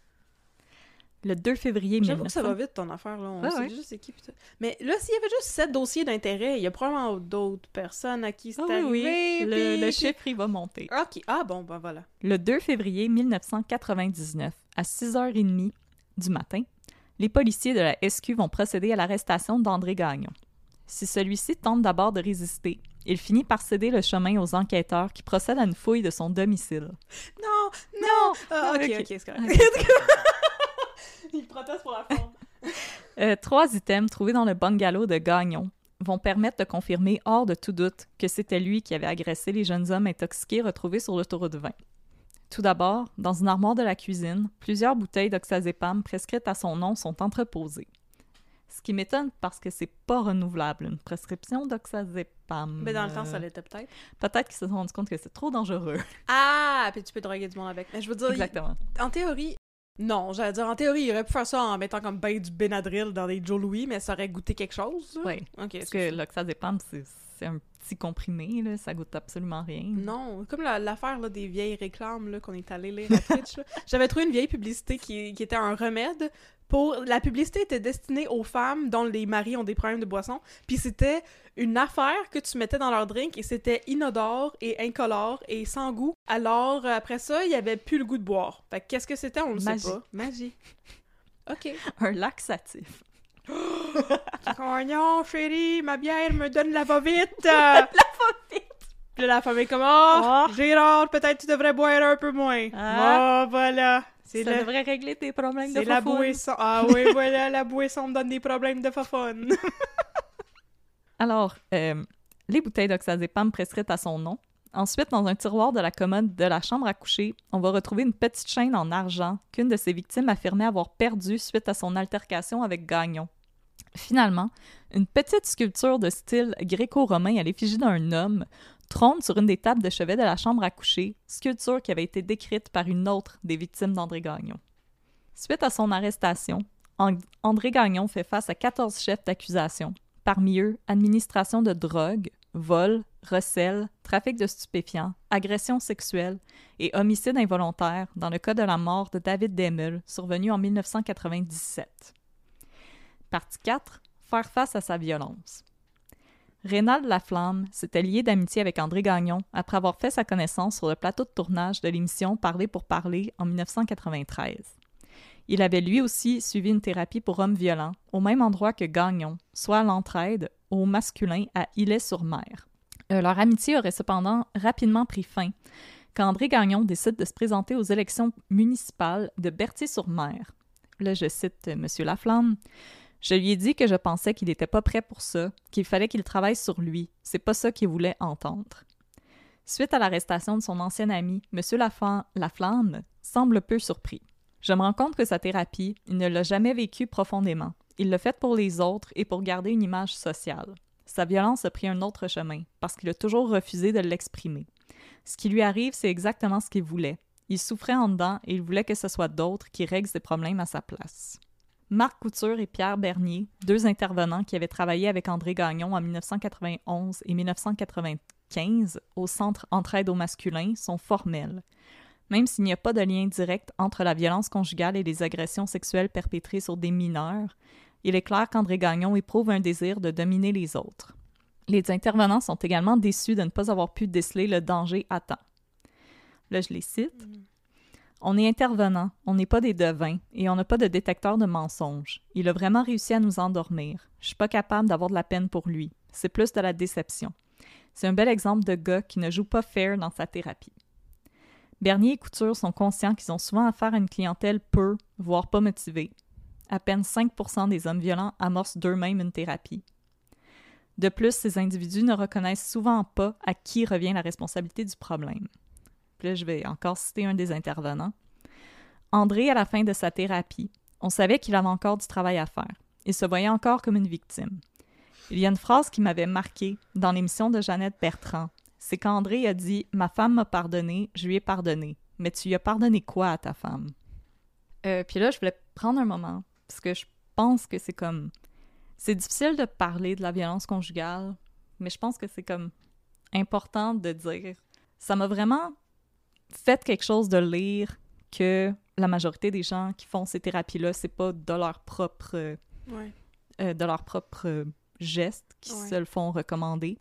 Le 2 février J'avoue 1900... que ça va vite, ton affaire, là. On Ouais, sait ouais. juste c'est qui, putain. Mais là, s'il y avait juste 7 dossiers d'intérêt, il y a probablement d'autres personnes à qui c'est Ah oui, arrivé. oui. Le puis- chiffre, il va monter. Ok. Ah bon, ben voilà. Le 2 février 1999, à 6h30 du matin, les policiers de la SQ vont procéder à l'arrestation d'André Gagnon. Si celui-ci tente d'abord de résister, il finit par céder le chemin aux enquêteurs qui procèdent à une fouille de son domicile. Non! Ah, ok, Ok. ok, c'est correct. Il proteste pour la forme. 3 items trouvés dans le bungalow de Gagnon vont permettre de confirmer hors de tout doute que c'était lui qui avait agressé les jeunes hommes intoxiqués retrouvés sur l'autoroute 20. Tout d'abord, dans une armoire de la cuisine, plusieurs bouteilles d'oxazépam prescrites à son nom sont entreposées. Ce qui m'étonne parce que c'est pas renouvelable, une prescription d'oxazépam. Mais dans le temps, ça l'était peut-être. Peut-être qu'ils se sont rendus compte que c'est trop dangereux. Ah! Puis tu peux droguer du monde avec. Mais je veux dire, Exactement. en théorie... Non, j'allais dire, en théorie, il aurait pu faire ça en mettant comme ben du Benadryl dans des Joe Louis, mais ça aurait goûté quelque chose. Oui. Ok. Parce c'est que ça. l'oxazépam, c'est un petit comprimé, là, ça goûte absolument rien. Non, comme l'affaire là, des vieilles réclames là, qu'on est allé lire à Twitch. Là. J'avais trouvé une vieille publicité qui était un remède pour... La publicité était destinée aux femmes dont les maris ont des problèmes de boisson, puis c'était une affaire que tu mettais dans leur drink et c'était inodore et incolore et sans goût. Alors, après ça, il y avait plus le goût de boire. Fait que qu'est-ce que c'était? On le Magie. sait pas. Magie. OK. Un laxatif. Oh non, chérie, ma bière me donne la va-vite! La va-vite! Puis la femme est comme, oh, Gérard, peut-être tu devrais boire un peu moins. Ah. Oh, voilà. Ça devrait régler tes problèmes de C'est la fafoune. boisson. Ah oui, voilà, la boisson me donne des problèmes de fafonne. Alors, les bouteilles d'oxazépam prescrites à son nom. Ensuite, dans un tiroir de la commode de la chambre à coucher, on va retrouver une petite chaîne en argent qu'une de ses victimes affirmait avoir perdue suite à son altercation avec Gagnon. Finalement, une petite sculpture de style gréco-romain à l'effigie d'un homme trône sur une des tables de chevet de la chambre à coucher, sculpture qui avait été décrite par une autre des victimes d'André Gagnon. Suite à son arrestation, André Gagnon fait face à 14 chefs d'accusation, parmi eux administration de drogue, vol, recel, trafic de stupéfiants, agression sexuelle et homicide involontaire dans le cas de la mort de David Demel, survenu en 1997. Partie 4. Faire face à sa violence. Rénald Laflamme s'était lié d'amitié avec André Gagnon après avoir fait sa connaissance sur le plateau de tournage de l'émission Parler pour parler en 1993. Il avait lui aussi suivi une thérapie pour hommes violents, au même endroit que Gagnon, soit à l'Entraide, au masculin à Illay-sur-Mer. Leur amitié aurait cependant rapidement pris fin quand André Gagnon décide de se présenter aux élections municipales de Berthier-sur-Mer. Là, je cite M. Laflamme. « Je lui ai dit que je pensais qu'il n'était pas prêt pour ça, qu'il fallait qu'il travaille sur lui. C'est pas ça qu'il voulait entendre. » Suite à l'arrestation de son ancien ami, M. Laflamme semble peu surpris. Je me rends compte que sa thérapie, il ne l'a jamais vécue profondément. Il l'a faite pour les autres et pour garder une image sociale. Sa violence a pris un autre chemin, parce qu'il a toujours refusé de l'exprimer. Ce qui lui arrive, c'est exactement ce qu'il voulait. Il souffrait en dedans et il voulait que ce soit d'autres qui règlent ses problèmes à sa place. Marc Couture et Pierre Bernier, deux intervenants qui avaient travaillé avec André Gagnon en 1991 et 1995 au Centre Entraide au masculin, sont formels. Même s'il n'y a pas de lien direct entre la violence conjugale et les agressions sexuelles perpétrées sur des mineurs, il est clair qu'André Gagnon éprouve un désir de dominer les autres. Les intervenants sont également déçus de ne pas avoir pu déceler le danger à temps. Là, je les cite. « On est intervenant, on n'est pas des devins, et on n'a pas de détecteur de mensonges. Il a vraiment réussi à nous endormir. Je suis pas capable d'avoir de la peine pour lui. C'est plus de la déception. C'est un bel exemple de gars qui ne joue pas fair dans sa thérapie. » Bernier et Couture sont conscients qu'ils ont souvent affaire à une clientèle peu, voire pas motivée. À peine 5% des hommes violents amorcent d'eux-mêmes une thérapie. De plus, ces individus ne reconnaissent souvent pas à qui revient la responsabilité du problème. Puis là, je vais encore citer un des intervenants. André, à la fin de sa thérapie, on savait qu'il avait encore du travail à faire. Il se voyait encore comme une victime. Il y a une phrase qui m'avait marquée dans l'émission de Jeannette Bertrand. C'est qu'André a dit « Ma femme m'a pardonné, je lui ai pardonné. Mais tu lui as pardonné quoi à ta femme? » Puis là, je voulais prendre un moment, parce que je pense que c'est comme... C'est difficile de parler de la violence conjugale, mais je pense que c'est comme important de dire... Ça m'a vraiment fait quelque chose de lire que la majorité des gens qui font ces thérapies-là, c'est pas de leur propre... de leur propre geste qui se le font recommander.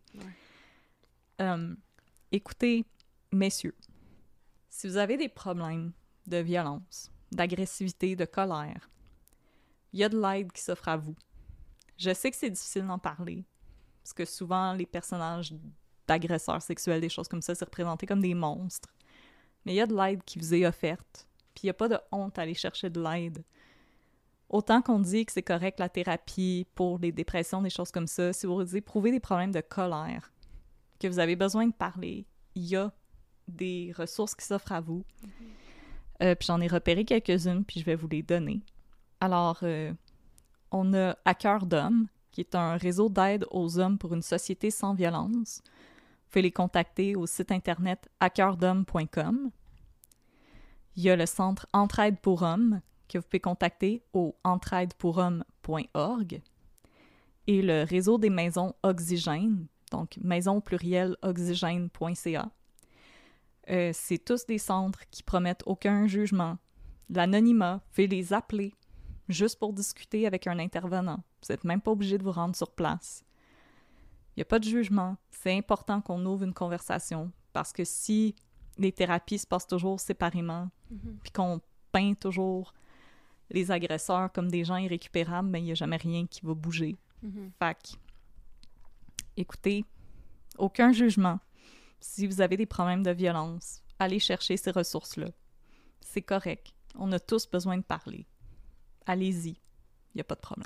Écoutez, messieurs, si vous avez des problèmes de violence, d'agressivité, de colère, il y a de l'aide qui s'offre à vous. Je sais que c'est difficile d'en parler, parce que souvent, les personnages d'agresseurs sexuels, des choses comme ça, c'est représenté comme des monstres. Mais il y a de l'aide qui vous est offerte, puis il n'y a pas de honte à aller chercher de l'aide. Autant qu'on dit que c'est correct la thérapie pour les dépressions, des choses comme ça, si vous éprouvez des problèmes de colère, que vous avez besoin de parler, il y a des ressources qui s'offrent à vous. Puis j'en ai repéré quelques-unes, puis je vais vous les donner. Alors, on a À cœur d'homme, qui est un réseau d'aide aux hommes pour une société sans violence. Vous pouvez les contacter au site internet aceurdhomme.com. Il y a le centre Entraide pour hommes, que vous pouvez contacter au entraidepourhommes.org. Et le réseau des maisons Oxygène, donc maison pluriel oxygène.ca. C'est tous des centres qui promettent aucun jugement. L'anonymat, vous pouvez les appeler juste pour discuter avec un intervenant. Vous n'êtes même pas obligé de vous rendre sur place. Il n'y a pas de jugement. C'est important qu'on ouvre une conversation parce que si les thérapies se passent toujours séparément puis qu'on peint toujours les agresseurs comme des gens irrécupérables, ben, il n'y a jamais rien qui va bouger. Fait que, écoutez, aucun jugement. Si vous avez des problèmes de violence, allez chercher ces ressources-là. C'est correct. On a tous besoin de parler. Allez-y. Il n'y a pas de problème.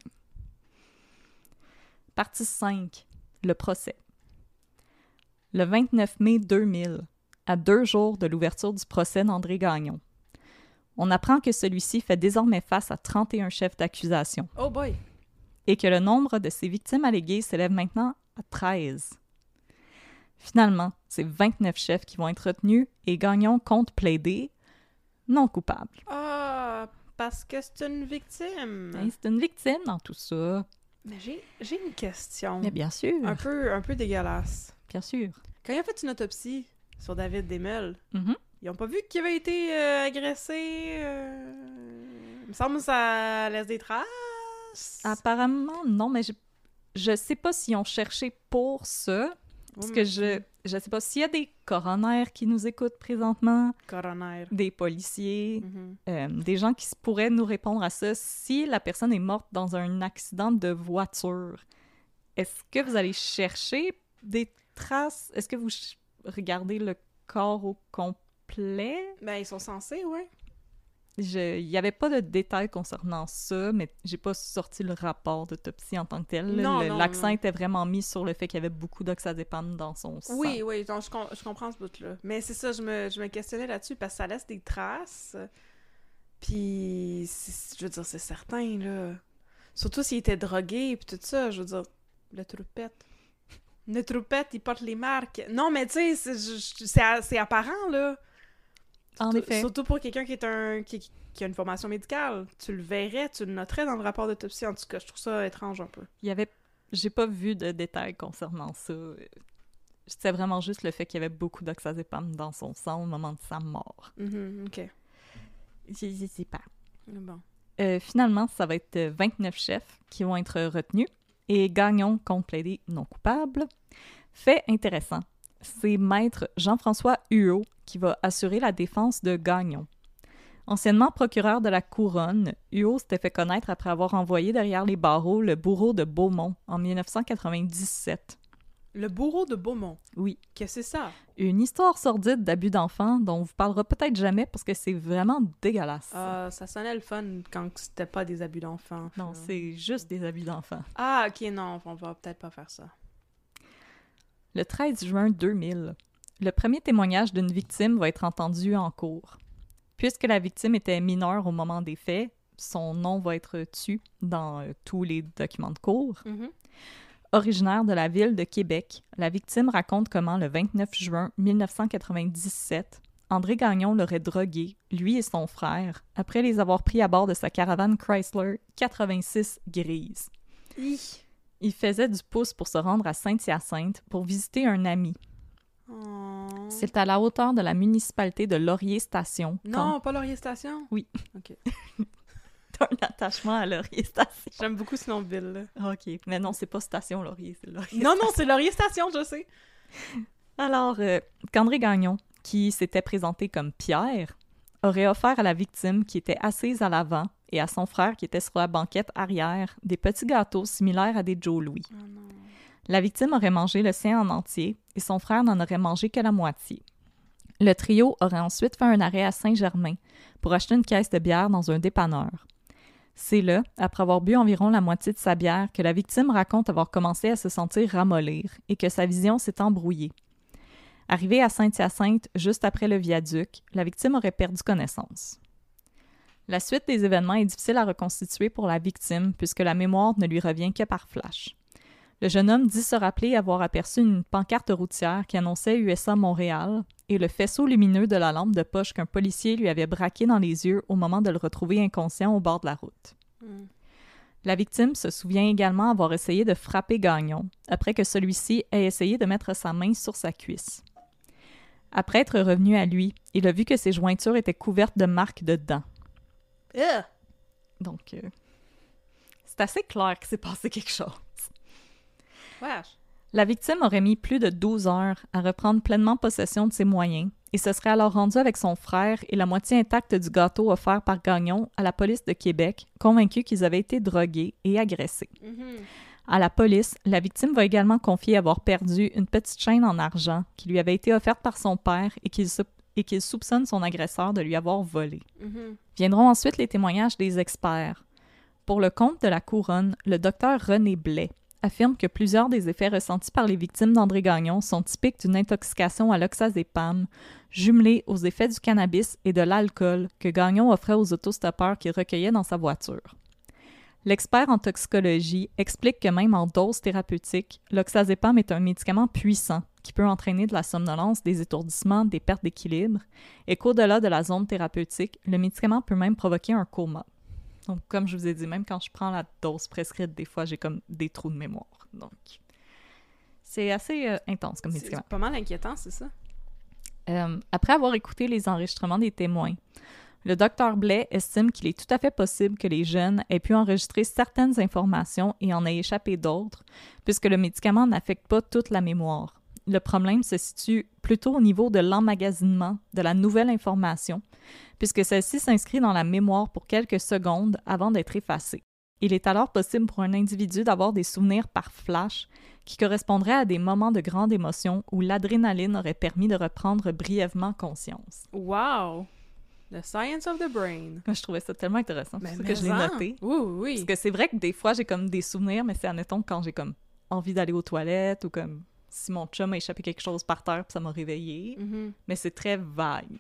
Partie 5. Le procès. Le 29 mai 2000, à 2 jours de l'ouverture du procès d'André Gagnon, on apprend que celui-ci fait désormais face à 31 chefs d'accusation. Oh boy! et que le nombre de ses victimes alléguées s'élève maintenant à 13. Finalement, c'est 29 chefs qui vont être retenus et Gagnon compte plaider non coupable. Ah, parce que c'est une victime. Hein, c'est une victime dans tout ça. Mais j'ai une question. Mais bien sûr, Un peu dégueulasse. bien sûr. Quand ils ont fait une autopsie sur David Desmeules, Mhm. ils ont pas vu qu'il avait été agressé. Il me semble que ça laisse des traces. Apparemment, non, mais je sais pas s'ils ont cherché pour ça. Parce que je sais pas s'il y a des coronaires qui nous écoutent présentement, Coroner. des policiers, Mhm. des gens qui pourraient nous répondre à ça. Si la personne est morte dans un accident de voiture, est-ce que vous allez chercher des traces? Est-ce que vous regardez le corps au complet? Ben, ils sont censés, ouais. Il n'y avait pas de détails concernant ça, mais j'ai pas sorti le rapport d'autopsie en tant que tel. Non, L'accent non. était vraiment mis sur le fait qu'il y avait beaucoup d'oxazépam dans son sang. Oui, donc je comprends ce bout-là. Mais c'est ça, je me questionnais là-dessus parce que ça laisse des traces. Puis, je veux dire, c'est certain, là. Surtout s'il était drogué, puis tout ça, je veux dire, le troupette. Le troupette, il porte les marques. Non, mais tu sais, c'est apparent, là. En effet. Surtout pour quelqu'un qui a une formation médicale. Tu le verrais, tu le noterais dans le rapport d'autopsie. En tout cas, je trouve ça étrange un peu. J'ai pas vu de détails concernant ça. C'était vraiment juste le fait qu'il y avait beaucoup d'oxazépam dans son sang au moment de sa mort. OK. Je sais pas. Bon. Finalement, ça va être 29 chefs qui vont être retenus et Gagnon compte plaider non coupable. Fait intéressant, c'est maître Jean-François Huot qui va assurer la défense de Gagnon. Anciennement procureur de la Couronne, Huot s'était fait connaître après avoir envoyé derrière les barreaux le bourreau de Beaumont en 1997. Le bourreau de Beaumont. Oui, Qu'est-ce que c'est ça? une histoire sordide d'abus d'enfants dont on vous parlera peut-être jamais parce que c'est vraiment dégueulasse. Ça sonnait le fun quand c'était pas des abus d'enfants. Non, ça. c'est juste des abus d'enfants. Ah, ok, non, on va peut-être pas faire ça. Le 13 juin 2000, le premier témoignage d'une victime va être entendu en cours. Puisque la victime était mineure au moment des faits, son nom va être tu dans tous les documents de cour. Mhm. Originaire de la ville de Québec, la victime raconte comment le 29 juin 1997, André Gagnon l'aurait drogué, lui et son frère, après les avoir pris à bord de sa caravane Chrysler 86 grise. Il faisait du pouce pour se rendre à Saint-Hyacinthe pour visiter un ami. Oh. C'est à la hauteur de la municipalité de Laurier Station. Non, pas Laurier Station? Oui. Ok. T'as un attachement à Laurier Station. J'aime beaucoup ce nom de ville, là. OK. Mais non, c'est pas Station Laurier, c'est Laurier Non, c'est Laurier Station, je sais. Alors, qu'André Gagnon, qui s'était présenté comme Pierre, aurait offert à la victime qui était assise à l'avant et à son frère qui était sur la banquette arrière des petits gâteaux similaires à des Joe Louis. Oh non. La victime aurait mangé le sien en entier et son frère n'en aurait mangé que la moitié. Le trio aurait ensuite fait un arrêt à Saint-Germain pour acheter une caisse de bière dans un dépanneur. C'est là, après avoir bu environ la moitié de sa bière, que la victime raconte avoir commencé à se sentir ramollir et que sa vision s'est embrouillée. Arrivée à Saint-Hyacinthe, juste après le viaduc, la victime aurait perdu connaissance. La suite des événements est difficile à reconstituer pour la victime puisque la mémoire ne lui revient que par flash. Le jeune homme dit se rappeler avoir aperçu une pancarte routière qui annonçait USA Montréal et le faisceau lumineux de la lampe de poche qu'un policier lui avait braqué dans les yeux au moment de le retrouver inconscient au bord de la route. La victime se souvient également avoir essayé de frapper Gagnon après que celui-ci ait essayé de mettre sa main sur sa cuisse. Après être revenu à lui, il a vu que ses jointures étaient couvertes de marques de dents. Donc, c'est assez clair qu'il s'est passé quelque chose. Wesh. La victime aurait mis plus de 12 heures à reprendre pleinement possession de ses moyens et se serait alors rendue avec son frère et la moitié intacte du gâteau offert par Gagnon à la police de Québec, convaincus qu'ils avaient été drogués et agressés. À la police, la victime va également confier avoir perdu une petite chaîne en argent qui lui avait été offerte par son père et qu'il soupçonne son agresseur de lui avoir volé. Viendront ensuite les témoignages des experts. Pour le compte de la Couronne, le docteur René Blais affirme que plusieurs des effets ressentis par les victimes d'André Gagnon sont typiques d'une intoxication à l'oxazépam, jumelée aux effets du cannabis et de l'alcool que Gagnon offrait aux autostoppeurs qu'il recueillait dans sa voiture. L'expert en toxicologie explique que même en dose thérapeutique, l'oxazépam est un médicament puissant qui peut entraîner de la somnolence, des étourdissements, des pertes d'équilibre, et qu'au-delà de la zone thérapeutique, le médicament peut même provoquer un coma. Donc, comme je vous ai dit, même quand je prends la dose prescrite, des fois, j'ai comme des trous de mémoire. Donc, c'est assez intense comme médicament. C'est pas mal inquiétant, c'est ça? Après avoir écouté les enregistrements des témoins, le Dr Blais estime qu'il est tout à fait possible que les jeunes aient pu enregistrer certaines informations et en aient échappé d'autres, puisque le médicament n'affecte pas toute la mémoire. Le problème se situe plutôt au niveau de l'emmagasinement de la nouvelle information, puisque celle-ci s'inscrit dans la mémoire pour quelques secondes avant d'être effacée. Il est alors possible pour un individu d'avoir des souvenirs par flash qui correspondraient à des moments de grande émotion où l'adrénaline aurait permis de reprendre brièvement conscience. Wow! The science of the brain. Moi, je trouvais ça tellement intéressant, c'est pour ça que je l'ai noté. Oui. Parce que c'est vrai que des fois, j'ai comme des souvenirs, mais c'est admettons quand j'ai comme envie d'aller aux toilettes ou comme si mon chum a échappé quelque chose par terre puis ça m'a réveillée. Mm-hmm. Mais c'est très vague.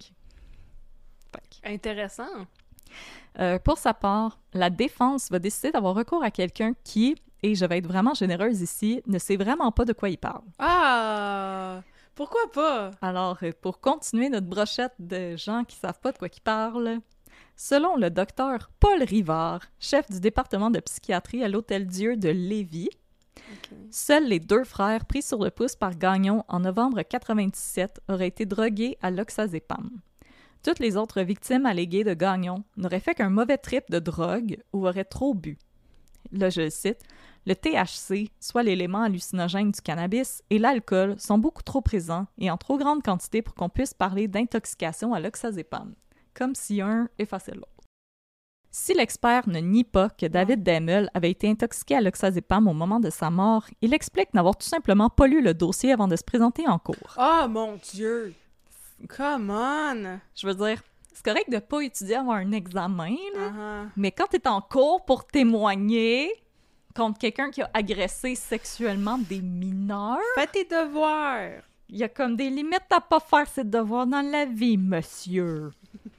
Intéressant. Pour sa part, la défense va décider d'avoir recours à quelqu'un qui, et je vais être vraiment généreuse ici, ne sait vraiment pas de quoi il parle. Ah! Pourquoi pas? Alors, pour continuer notre brochette de gens qui savent pas de quoi ils parlent, selon le docteur Paul Rivard, chef du département de psychiatrie à l'Hôtel-Dieu de Lévis, seuls les 2 frères pris sur le pouce par Gagnon en novembre 1997 auraient été drogués à l'oxazépam. Toutes les autres victimes alléguées de Gagnon n'auraient fait qu'un mauvais trip de drogue ou auraient trop bu. Là, je le cite, « Le THC, soit l'élément hallucinogène du cannabis, et l'alcool sont beaucoup trop présents et en trop grande quantité pour qu'on puisse parler d'intoxication à l'oxazépam, comme si un effaçait l'autre. » Si l'expert ne nie pas que David Demel avait été intoxiqué à l'oxazépam au moment de sa mort, il explique n'avoir tout simplement pas lu le dossier avant de se présenter en cours. Oh mon Dieu! Come on! Je veux dire, c'est correct de pas étudier avant un examen, là, Uh-huh. mais quand t'es en cours pour témoigner contre quelqu'un qui a agressé sexuellement des mineurs, Fais tes devoirs! il y a comme des limites à pas faire ses devoirs dans la vie, monsieur.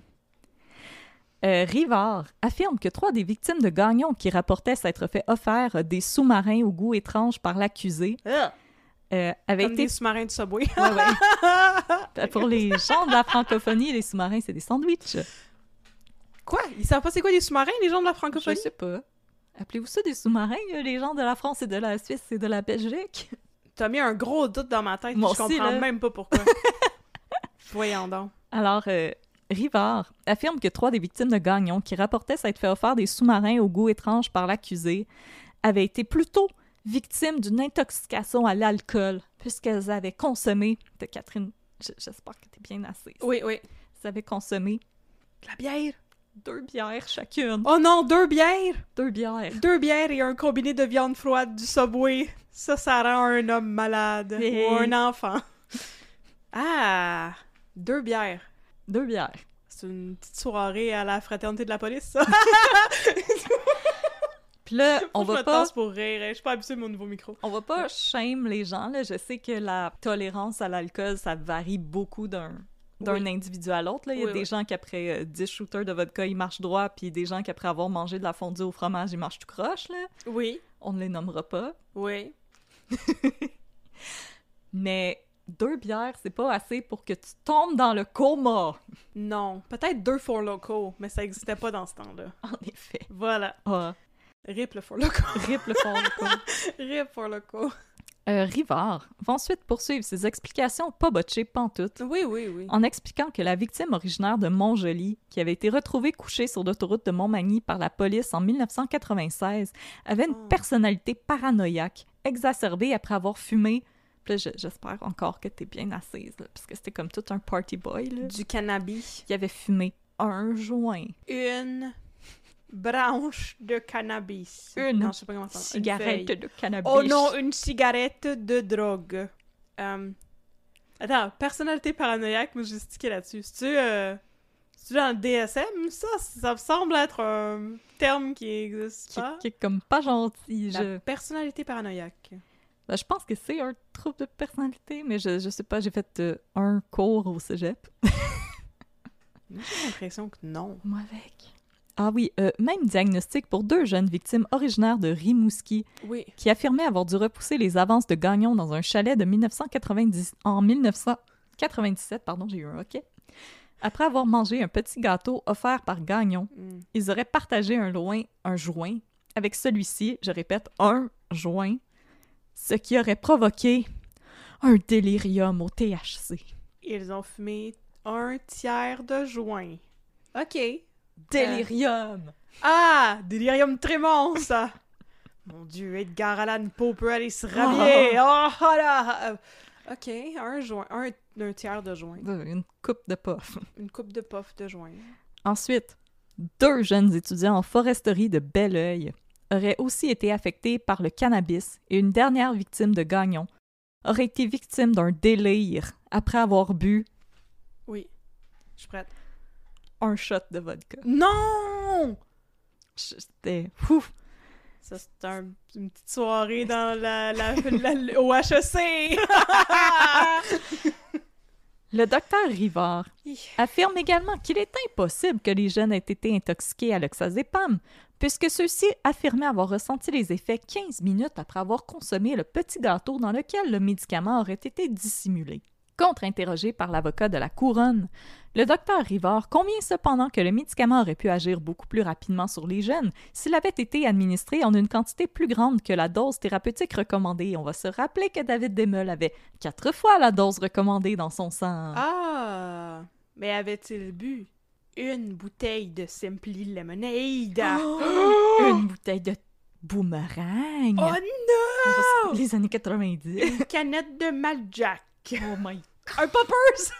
Rivard affirme que 3 des victimes de Gagnon qui rapportaient s'être fait offert des sous-marins au goût étrange par l'accusé avaient Comme été... des sous-marins du Subway. Ouais. Pour les gens de la francophonie, les sous-marins, c'est des sandwichs. Quoi? Ils savent pas c'est quoi des sous-marins, les gens de la Je francophonie? sais pas. Appelez-vous ça des sous-marins, les gens de la France et de la Suisse et de la Belgique? T'as mis un gros doute dans ma tête, Moi je aussi, comprends là. même pas pourquoi. Voyons donc. Alors, Rivard affirme que 3 des victimes de Gagnon qui rapportaient s'être fait offert des sous-marins au goût étrange par l'accusé avaient été plutôt victimes d'une intoxication à l'alcool puisqu'elles avaient consommé... Catherine, j'espère que t'es bien assise. Oui. Elles avaient consommé De la bière? 2 bières chacune. Oh non, 2 bières! 2 bières. 2 bières et un combiné de viande froide du Subway. Ça rend un homme malade. Hey. Ou un enfant. Ah! 2 bières. 2 bières. C'est une petite soirée à la fraternité de la police, ça. Puis là, on Je me va pas... tasse pour rire. Je suis pas habituée de mon nouveau micro. On va pas shame les gens, là. Je sais que la tolérance à l'alcool, ça varie beaucoup d'un individu à l'autre, là. Il y a des gens qui, après 10 shooters de vodka, ils marchent droit, puis des gens qui, après avoir mangé de la fondue au fromage, ils marchent tout croche, là. Oui. On ne les nommera pas. Oui. Mais 2 bières, c'est pas assez pour que tu tombes dans le coma. Non. Peut-être 2 Four Loko, mais ça existait pas dans ce temps-là. En effet. Voilà. Ah. Rip le Four Loko. Rip le fond du coma. Rip Four Loko. Rivard va ensuite poursuivre ses explications pas botchées pantoute, Oui. en expliquant que la victime originaire de Montjoly, qui avait été retrouvée couchée sur l'autoroute de Montmagny par la police en 1996, avait une personnalité paranoïaque, exacerbée après avoir fumé. Puis là, j'espère encore que t'es bien assise, là, parce que c'était comme tout un party boy, là. Du cannabis. Il avait fumé un joint. Une branche de cannabis. Une Non, je sais pas comment ça s'appelle. Une cigarette feuille. de cannabis. Oh non, une cigarette de drogue. Attends, personnalité paranoïaque, moi j'ai stické là-dessus. C'est-tu dans le DSM, ça? Ça me semble être un terme qui existe pas. Qui est comme pas gentil. La personnalité paranoïaque. Ben, je pense que c'est un trouble de personnalité, mais je sais pas, j'ai fait un cours au cégep. J'ai l'impression que non. Moi avec. Ah oui, même diagnostic pour 2 jeunes victimes originaires de Rimouski Oui. qui affirmaient avoir dû repousser les avances de Gagnon dans un chalet de 1997, j'ai eu un OK. Après avoir mangé un petit gâteau offert par Gagnon, ils auraient partagé un joint avec celui-ci, je répète, un joint, ce qui aurait provoqué un délirium au THC. Ils ont fumé 1/3 de joint. OK. Délirium! Ah! Délirium Trémons, ça! Mon Dieu, Edgar Allan Poe peut aller se rhabiller! Oh là! OK, un tiers de joint. Une coupe de puff. Une coupe de puff de joint. Ensuite, 2 jeunes étudiants en foresterie de Belleuil auraient aussi été affectés par le cannabis et une dernière victime de Gagnon aurait été victime d'un délire après avoir bu Oui, je suis prête. un shot de vodka. Non! C'était ouf. Ça, c'était une petite soirée dans au HEC! Le docteur Rivard affirme également qu'il est impossible que les jeunes aient été intoxiqués à l'oxazépam, puisque ceux-ci affirmaient avoir ressenti les effets 15 minutes après avoir consommé le petit gâteau dans lequel le médicament aurait été dissimulé. Contre-interrogé par l'avocat de la Couronne, le docteur Rivard convient cependant que le médicament aurait pu agir beaucoup plus rapidement sur les jeunes s'il avait été administré en une quantité plus grande que la dose thérapeutique recommandée. On va se rappeler que David Desmeules avait 4 fois la dose recommandée dans son sang. Ah! Mais avait-il bu une bouteille de Simply Lemonade? Une bouteille de boomerang! Oh non! Les années 90. Une canette de Maljack! Oh my God! Un Poppers!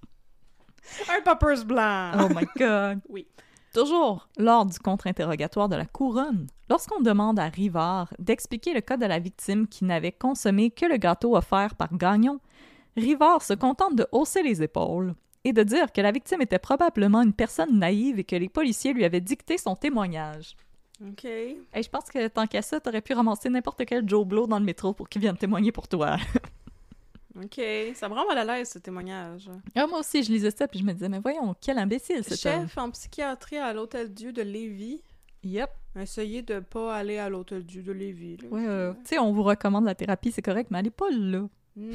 Un Poppers blanc! Oh my God! Oui. Toujours lors du contre-interrogatoire de la Couronne, lorsqu'on demande à Rivard d'expliquer le cas de la victime qui n'avait consommé que le gâteau offert par Gagnon, Rivard se contente de hausser les épaules et de dire que la victime était probablement une personne naïve et que les policiers lui avaient dicté son témoignage. OK. Hey, je pense que tant qu'à ça, t'aurais pu ramasser n'importe quel Joe Blow dans le métro pour qu'il vienne témoigner pour toi. OK. Ça me rend mal à l'aise, ce témoignage. Ah, moi aussi, je lisais ça puis je me disais, mais voyons, quel imbécile cet homme. Chef en psychiatrie à l'Hôtel-Dieu de Lévis. Yep. Essayez de pas aller à l'Hôtel-Dieu de Lévis. Là. Ouais, tu sais, on vous recommande la thérapie, c'est correct, mais allez pas là.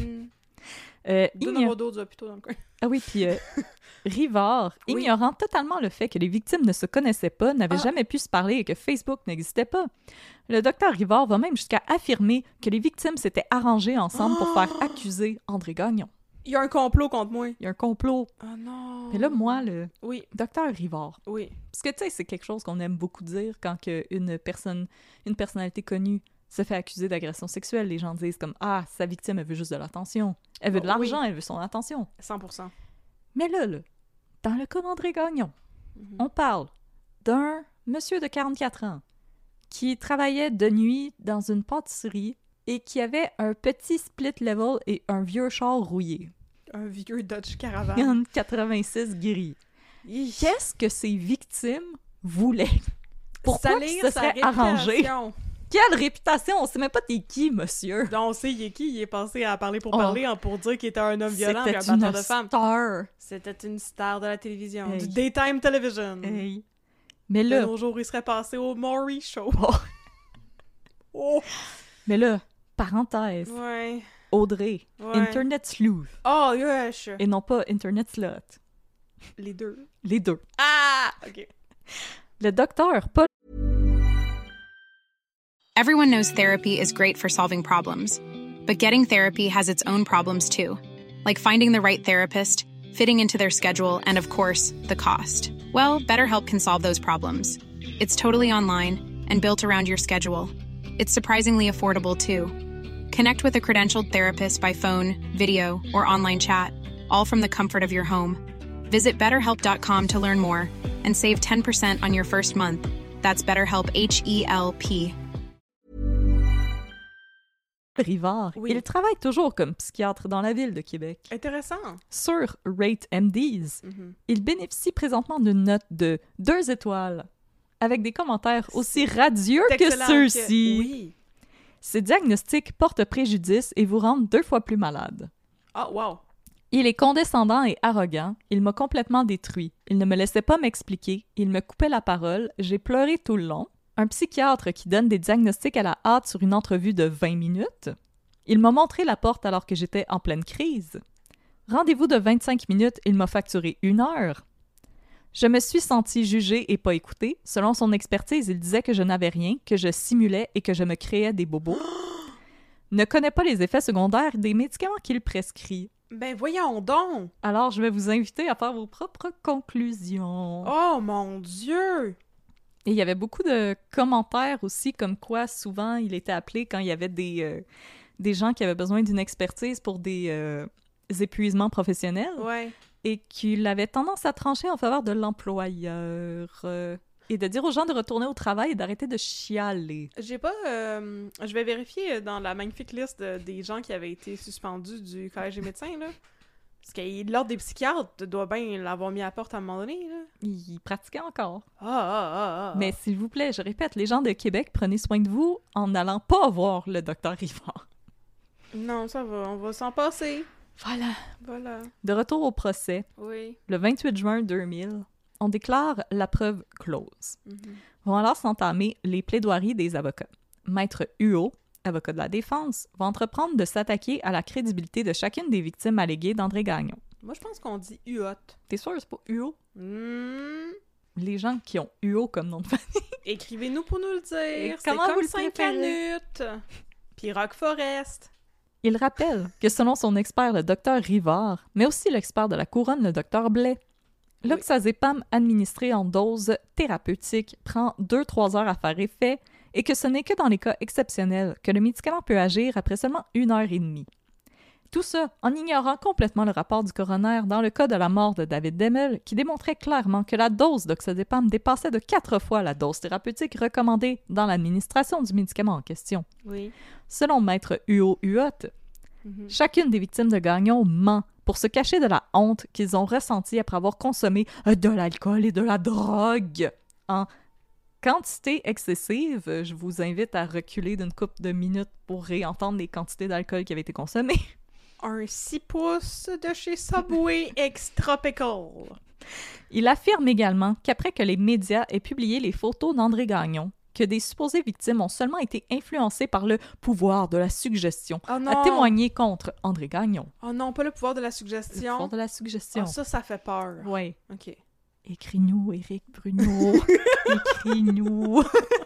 Deux numéros d'autres hôpitaux dans le coin. Ah oui, puis Rivard, Oui. ignorant totalement le fait que les victimes ne se connaissaient pas, n'avaient jamais pu se parler et que Facebook n'existait pas. Le docteur Rivard va même jusqu'à affirmer que les victimes s'étaient arrangées ensemble pour faire accuser André Gagnon. Il y a un complot contre moi. Il y a un complot. Oh non! Mais là, moi, le Oui, docteur Rivard, oui. parce que tu sais, c'est quelque chose qu'on aime beaucoup dire quand une personnalité connue se fait accuser d'agression sexuelle. Les gens disent comme « Ah, sa victime, elle veut juste de l'attention. Elle veut de l'argent, elle veut son attention. » 100%. Mais là, dans le cas d'André Gagnon, on parle d'un monsieur de 44 ans qui travaillait de nuit dans une pâtisserie et qui avait un petit split level et un vieux char rouillé. Un vieux Dodge Caravan. Un 86 gris. Qu'est-ce que ces victimes voulaient? Pourquoi ils se seraient arrangés? Quelle réputation? On sait même pas t'es qui, monsieur. Donc, on sait il est qui. Il est passé à parler pour parler pour dire qu'il était un homme violent et un batteur de femmes. Star. C'était une star de la télévision. Hey. Du daytime television. Hey. Mais De là... nos jours, il serait passé au Maury Show. Oh. Mais là, parenthèse, Ouais. Audrey, Ouais. Internet Sleuth, Oh, yes! et non pas Internet Slut. Les deux. Les deux. Ah! OK. Le docteur Paul Everyone knows therapy is great for solving problems, but getting therapy has its own problems too, like finding the right therapist, fitting into their schedule, and of course, the cost. Well, BetterHelp can solve those problems. It's totally online and built around your schedule. It's surprisingly affordable too. Connect with a credentialed therapist by phone, video, or online chat, all from the comfort of your home. Visit BetterHelp.com to learn more and save 10% on your first month. That's BetterHelp, H-E-L-P. Rivard, Oui. il travaille toujours comme psychiatre dans la ville de Québec. Intéressant. Sur Rate MDs, il bénéficie présentement d'une note de 2 étoiles, avec des commentaires aussi radieux que Excellent ceux-ci. Oui. Ces diagnostics portent préjudice et vous rendent 2 fois plus malade. Ah, wow. Il est condescendant et arrogant. Il m'a complètement détruit. Il ne me laissait pas m'expliquer. Il me coupait la parole. J'ai pleuré tout le long. Un psychiatre qui donne des diagnostics à la hâte sur une entrevue de 20 minutes. Il m'a montré la porte alors que j'étais en pleine crise. Rendez-vous de 25 minutes, il m'a facturé 1 heure. Je me suis sentie jugée et pas écoutée. Selon son expertise, il disait que je n'avais rien, que je simulais et que je me créais des bobos. Ne connaît pas les effets secondaires des médicaments qu'il prescrit. Ben voyons donc! Alors, je vais vous inviter à faire vos propres conclusions. Oh mon Dieu! Et il y avait beaucoup de commentaires aussi, comme quoi souvent il était appelé quand il y avait des gens qui avaient besoin d'une expertise pour des épuisements professionnels. Ouais. Et qu'il avait tendance à trancher en faveur de l'employeur. Et de dire aux gens de retourner au travail et d'arrêter de chialer. J'ai pas... je vais vérifier dans la magnifique liste des gens qui avaient été suspendus du Collège des médecins, là. Parce que l'ordre des psychiatres doit bien l'avoir mis à la porte à un moment donné, là. Il pratiquait encore. Ah. Mais s'il vous plaît, je répète, les gens de Québec, prenez soin de vous en n'allant pas voir le docteur Rivard. Non, ça va, on va s'en passer. Voilà. De retour au procès, Oui. le 28 juin 2000, on déclare la preuve close. Mm-hmm. Vont alors s'entamer les plaidoiries des avocats. Maître Huot, avocat de la défense, va entreprendre de s'attaquer à la crédibilité de chacune des victimes alléguées d'André Gagnon. Moi, je pense qu'on dit Huot. T'es sûr que c'est pas Huot? Mm. Les gens qui ont Huot comme nom de famille. Écrivez-nous pour nous le Et dire. comment C'est vous comme le 5 préférez? minutes. Puis Rock Forest. Il rappelle que selon son expert, le docteur Rivard, mais aussi l'expert de la couronne, le docteur Blais, l'oxazépam administré en dose thérapeutique prend 2-3 heures à faire effet et que ce n'est que dans les cas exceptionnels que le médicament peut agir après seulement 1 heure et demie. Tout ça en ignorant complètement le rapport du coroner dans le cas de la mort de David Demel qui démontrait clairement que la dose d'oxazépam dépassait de 4 fois la dose thérapeutique recommandée dans l'administration du médicament en question. Oui. Selon Maître Huot, chacune des victimes de Gagnon ment pour se cacher de la honte qu'ils ont ressentie après avoir consommé de l'alcool et de la drogue en quantité excessive. Je vous invite à reculer d'une couple de minutes pour réentendre les quantités d'alcool qui avaient été consommées. Un 6 pouces de chez Subway X-Tropical. Il affirme également qu'après que les médias aient publié les photos d'André Gagnon, que des supposées victimes ont seulement été influencées par le pouvoir de la suggestion Oh non! à témoigner contre André Gagnon. Oh non, pas le pouvoir de la Le suggestion. pouvoir de la suggestion. Oh, ça fait peur. Oui. OK. Écris-nous, Éric Bruno. Écris-nous.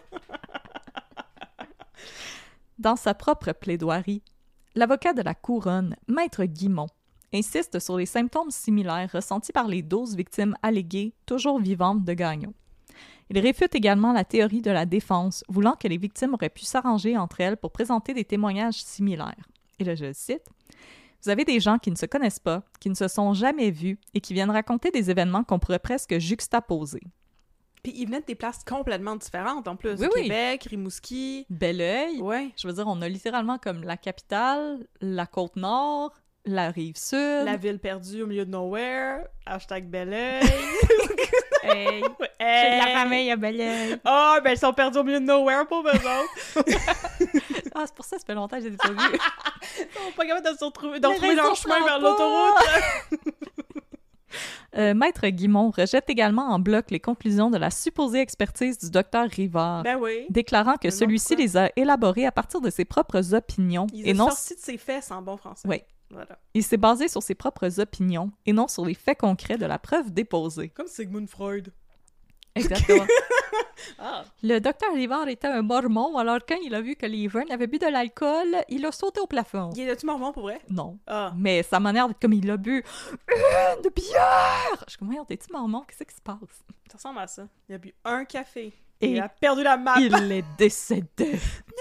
Dans sa propre plaidoirie, l'avocat de la couronne, Maître Guimont, insiste sur les symptômes similaires ressentis par les 12 victimes alléguées, toujours vivantes, de Gagnon. Il réfute également la théorie de la défense, voulant que les victimes auraient pu s'arranger entre elles pour présenter des témoignages similaires. Et là, je le cite. Vous avez des gens qui ne se connaissent pas, qui ne se sont jamais vus et qui viennent raconter des événements qu'on pourrait presque juxtaposer. Puis ils venaient de des places complètement différentes, en plus. Oui, oui. Québec, Rimouski. Belleuil. Ouais. Je veux dire, on a littéralement comme la capitale, la Côte-Nord, la Rive-Sud. La ville perdue au milieu de nowhere. #Belleuil. Hey! Hey! J'ai de la famille à Belleuil. Ah, ben ils sont perdus au milieu de nowhere pour eux autres. Ah, c'est pour ça, ça fait longtemps que je les ai pas vus. Ils sont pas capables de se retrouver, Le retrouver leur réseau chemin prend vers pas. l'autoroute. Maître Guimont rejette également en bloc les conclusions de la supposée expertise du docteur Rivard, Ben oui. déclarant que Mais non, celui-ci pourquoi? les a élaborées à partir de ses propres opinions Il et est non sorti de ses fesses en bon français. Oui. Voilà. il s'est basé sur ses propres opinions et non sur les faits concrets de la preuve déposée. Comme Sigmund Freud. Exactement. Ah. Le docteur Rivard était un mormon, alors quand il a vu que les jeunes avaient bu de l'alcool, il a sauté au plafond. Il est-tu mormon pour vrai? Non. Ah. Mais sa manière d'être comme il a bu une bière! Je suis comme, voyons, t'es-tu mormon? Qu'est-ce qui se passe? Ça ressemble à ça. Il a bu un café. Et il a perdu la map. Il est décédé.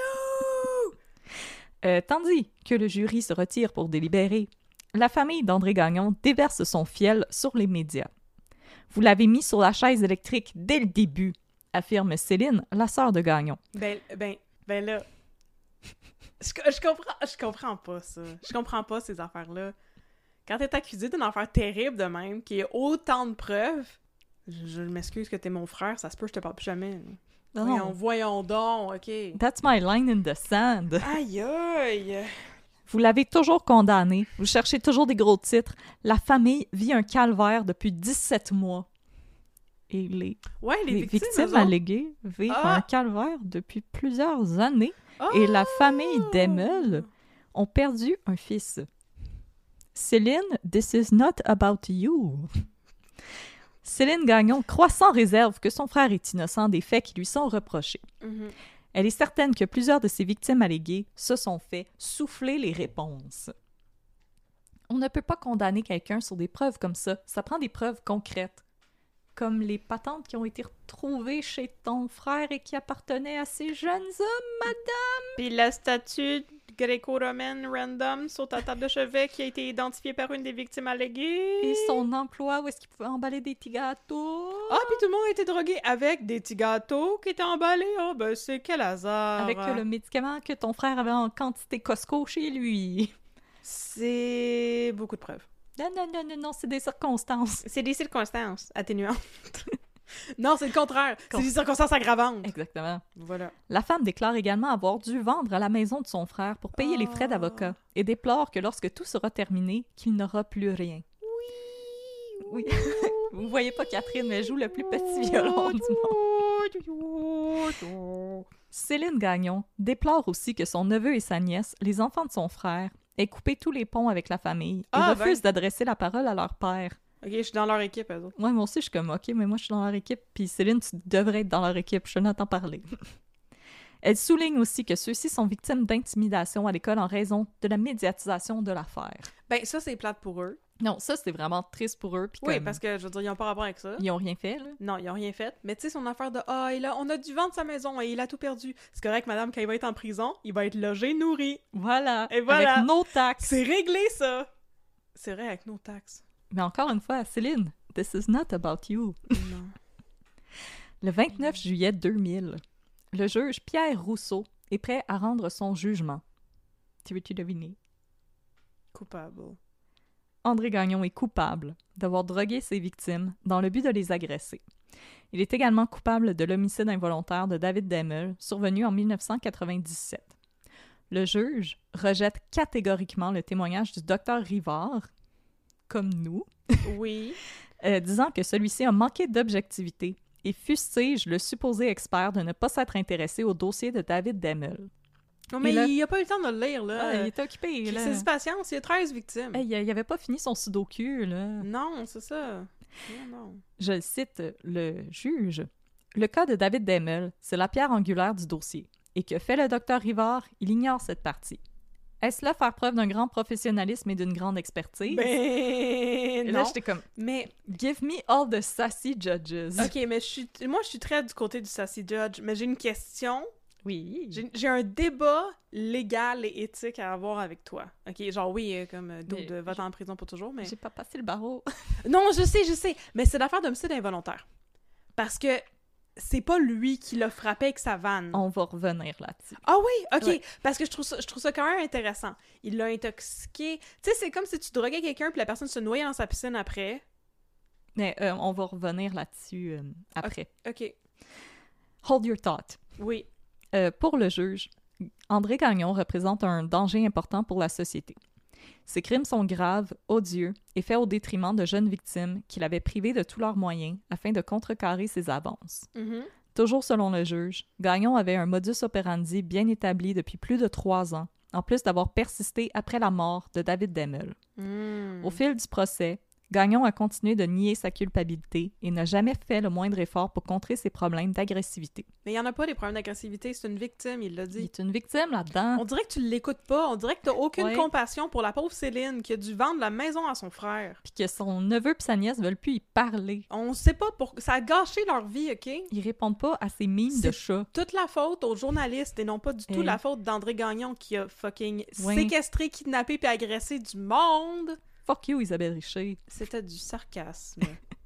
No! Tandis que le jury se retire pour délibérer, la famille d'André Gagnon déverse son fiel sur les médias. Vous l'avez mis sur la chaise électrique dès le début, affirme Céline, la sœur de Gagnon. Ben là. Je comprends pas ça. Je comprends pas ces affaires-là. Quand t'es accusé d'une affaire terrible de même, qu'il y ait autant de preuves, je m'excuse que t'es mon frère, ça se peut, je te parle plus jamais. Non. Voyons donc, OK. That's my line in the sand. Aïe aïe! Vous l'avez toujours condamné. Vous cherchez toujours des gros titres. La famille vit un calvaire depuis 17 mois. Et les victimes alléguées vivent un calvaire depuis plusieurs années. Et la famille Demel ont perdu un fils. Céline, this is not about you. Céline Gagnon croit sans réserve que son frère est innocent des faits qui lui sont reprochés. Elle est certaine que plusieurs de ses victimes alléguées se sont fait souffler les réponses. On ne peut pas condamner quelqu'un sur des preuves comme ça. Ça prend des preuves concrètes. Comme les patentes qui ont été retrouvées chez ton frère et qui appartenaient à ces jeunes hommes, madame. Puis la statue gréco-romaine random sur ta table de chevet qui a été identifiée par une des victimes alléguées. Et son emploi, où est-ce qu'il pouvait emballer des petits gâteaux. Ah, puis tout le monde a été drogué avec des petits gâteaux qui étaient emballés. Ah, ben c'est quel hasard. Avec le médicament que ton frère avait en quantité Costco chez lui. C'est beaucoup de preuves. Non, c'est des circonstances. C'est des circonstances atténuantes. Non, c'est le contraire. C'est des circonstances aggravantes. Exactement. Voilà. La femme déclare également avoir dû vendre la maison de son frère pour payer les frais d'avocat et déplore que lorsque tout sera terminé, qu'il n'aura plus rien. Oui. Vous voyez pas Catherine, mais elle joue le plus petit violon du monde. Céline Gagnon déplore aussi que son neveu et sa nièce, les enfants de son frère, aient coupé tous les ponts avec la famille et refusent d'adresser la parole à leur père. Ok, je suis dans leur équipe, eux autres. Ouais, moi aussi, je suis comme, ok, mais moi, je suis dans leur équipe, puis Céline, tu devrais être dans leur équipe, je n'entends parler. Elle souligne aussi que ceux-ci sont victimes d'intimidation à l'école en raison de la médiatisation de l'affaire. Ben, ça, c'est plate pour eux. Non, ça, c'est vraiment triste pour eux. Oui, parce que, je veux dire, ils n'ont pas rapport avec ça. Ils n'ont rien fait, là. Non, ils n'ont rien fait. Mais tu sais, son affaire de « Ah, on a dû vendre sa maison et il a tout perdu. » C'est correct, madame, quand il va être en prison, il va être logé, nourri. Voilà. Et voilà. Avec nos taxes. C'est réglé, ça. C'est vrai, avec nos taxes. Mais encore une fois, Céline, this is not about you. Non. Le 29 juillet 2000, le juge Pierre Rousseau est prêt à rendre son jugement. Tu veux-tu deviner? Coupable. André Gagnon est coupable d'avoir drogué ses victimes dans le but de les agresser. Il est également coupable de l'homicide involontaire de David Demel, survenu en 1997. Le juge rejette catégoriquement le témoignage du docteur Rivard, comme nous, oui. Disant que celui-ci a manqué d'objectivité et fustige le supposé expert de ne pas s'être intéressé au dossier de David Demel. Non, mais il n'a pas eu le temps de le lire, là. Il était occupé, là. C'est patience, il y a 13 victimes. Il n'avait pas fini son sudoku, là. Non, c'est ça. Non. Je cite le juge. Le cas de David Demel, c'est la pierre angulaire du dossier. Et que fait le docteur Rivard? Il ignore cette partie. Est-ce là faire preuve d'un grand professionnalisme et d'une grande expertise? Ben non. Là, j'étais comme, mais give me all the sassy judges. OK, mais moi, je suis très du côté du sassy judge, mais j'ai une question. Oui. J'ai un débat légal et éthique à avoir avec toi. OK, genre oui, comme va-t'en en prison pour toujours, mais... J'ai pas passé le barreau. Non, je sais, mais c'est l'affaire d'homicide involontaire. Parce que c'est pas lui qui l'a frappé avec sa vanne. On va revenir là-dessus. Ah oui? OK, ouais. Parce que je trouve ça quand même intéressant. Il l'a intoxiqué. Tu sais, c'est comme si tu droguais quelqu'un puis la personne se noyait dans sa piscine après. Mais on va revenir là-dessus après. OK. Hold your thought. Oui. Pour le juge, André Gagnon représente un danger important pour la société. Ses crimes sont graves, odieux et faits au détriment de jeunes victimes qu'il avait privées de tous leurs moyens afin de contrecarrer ses avances. Mm-hmm. Toujours selon le juge, Gagnon avait un modus operandi bien établi depuis plus de 3 ans, en plus d'avoir persisté après la mort de David Demel. Au fil du procès, Gagnon a continué de nier sa culpabilité et n'a jamais fait le moindre effort pour contrer ses problèmes d'agressivité. Mais il n'y en a pas des problèmes d'agressivité, c'est une victime, il l'a dit. Il est une victime là-dedans. On dirait que tu l'écoutes pas, on dirait que t'as aucune compassion pour la pauvre Céline qui a dû vendre la maison à son frère. Puis que son neveu et sa nièce veulent plus y parler. On sait pas pourquoi, ça a gâché leur vie, OK? Ils répondent pas à ces mimes de chat. Toute la faute aux journalistes et non pas du tout la faute d'André Gagnon qui a fucking séquestré, kidnappé puis agressé du monde. Fuck you, Isabelle Richer. C'était du sarcasme.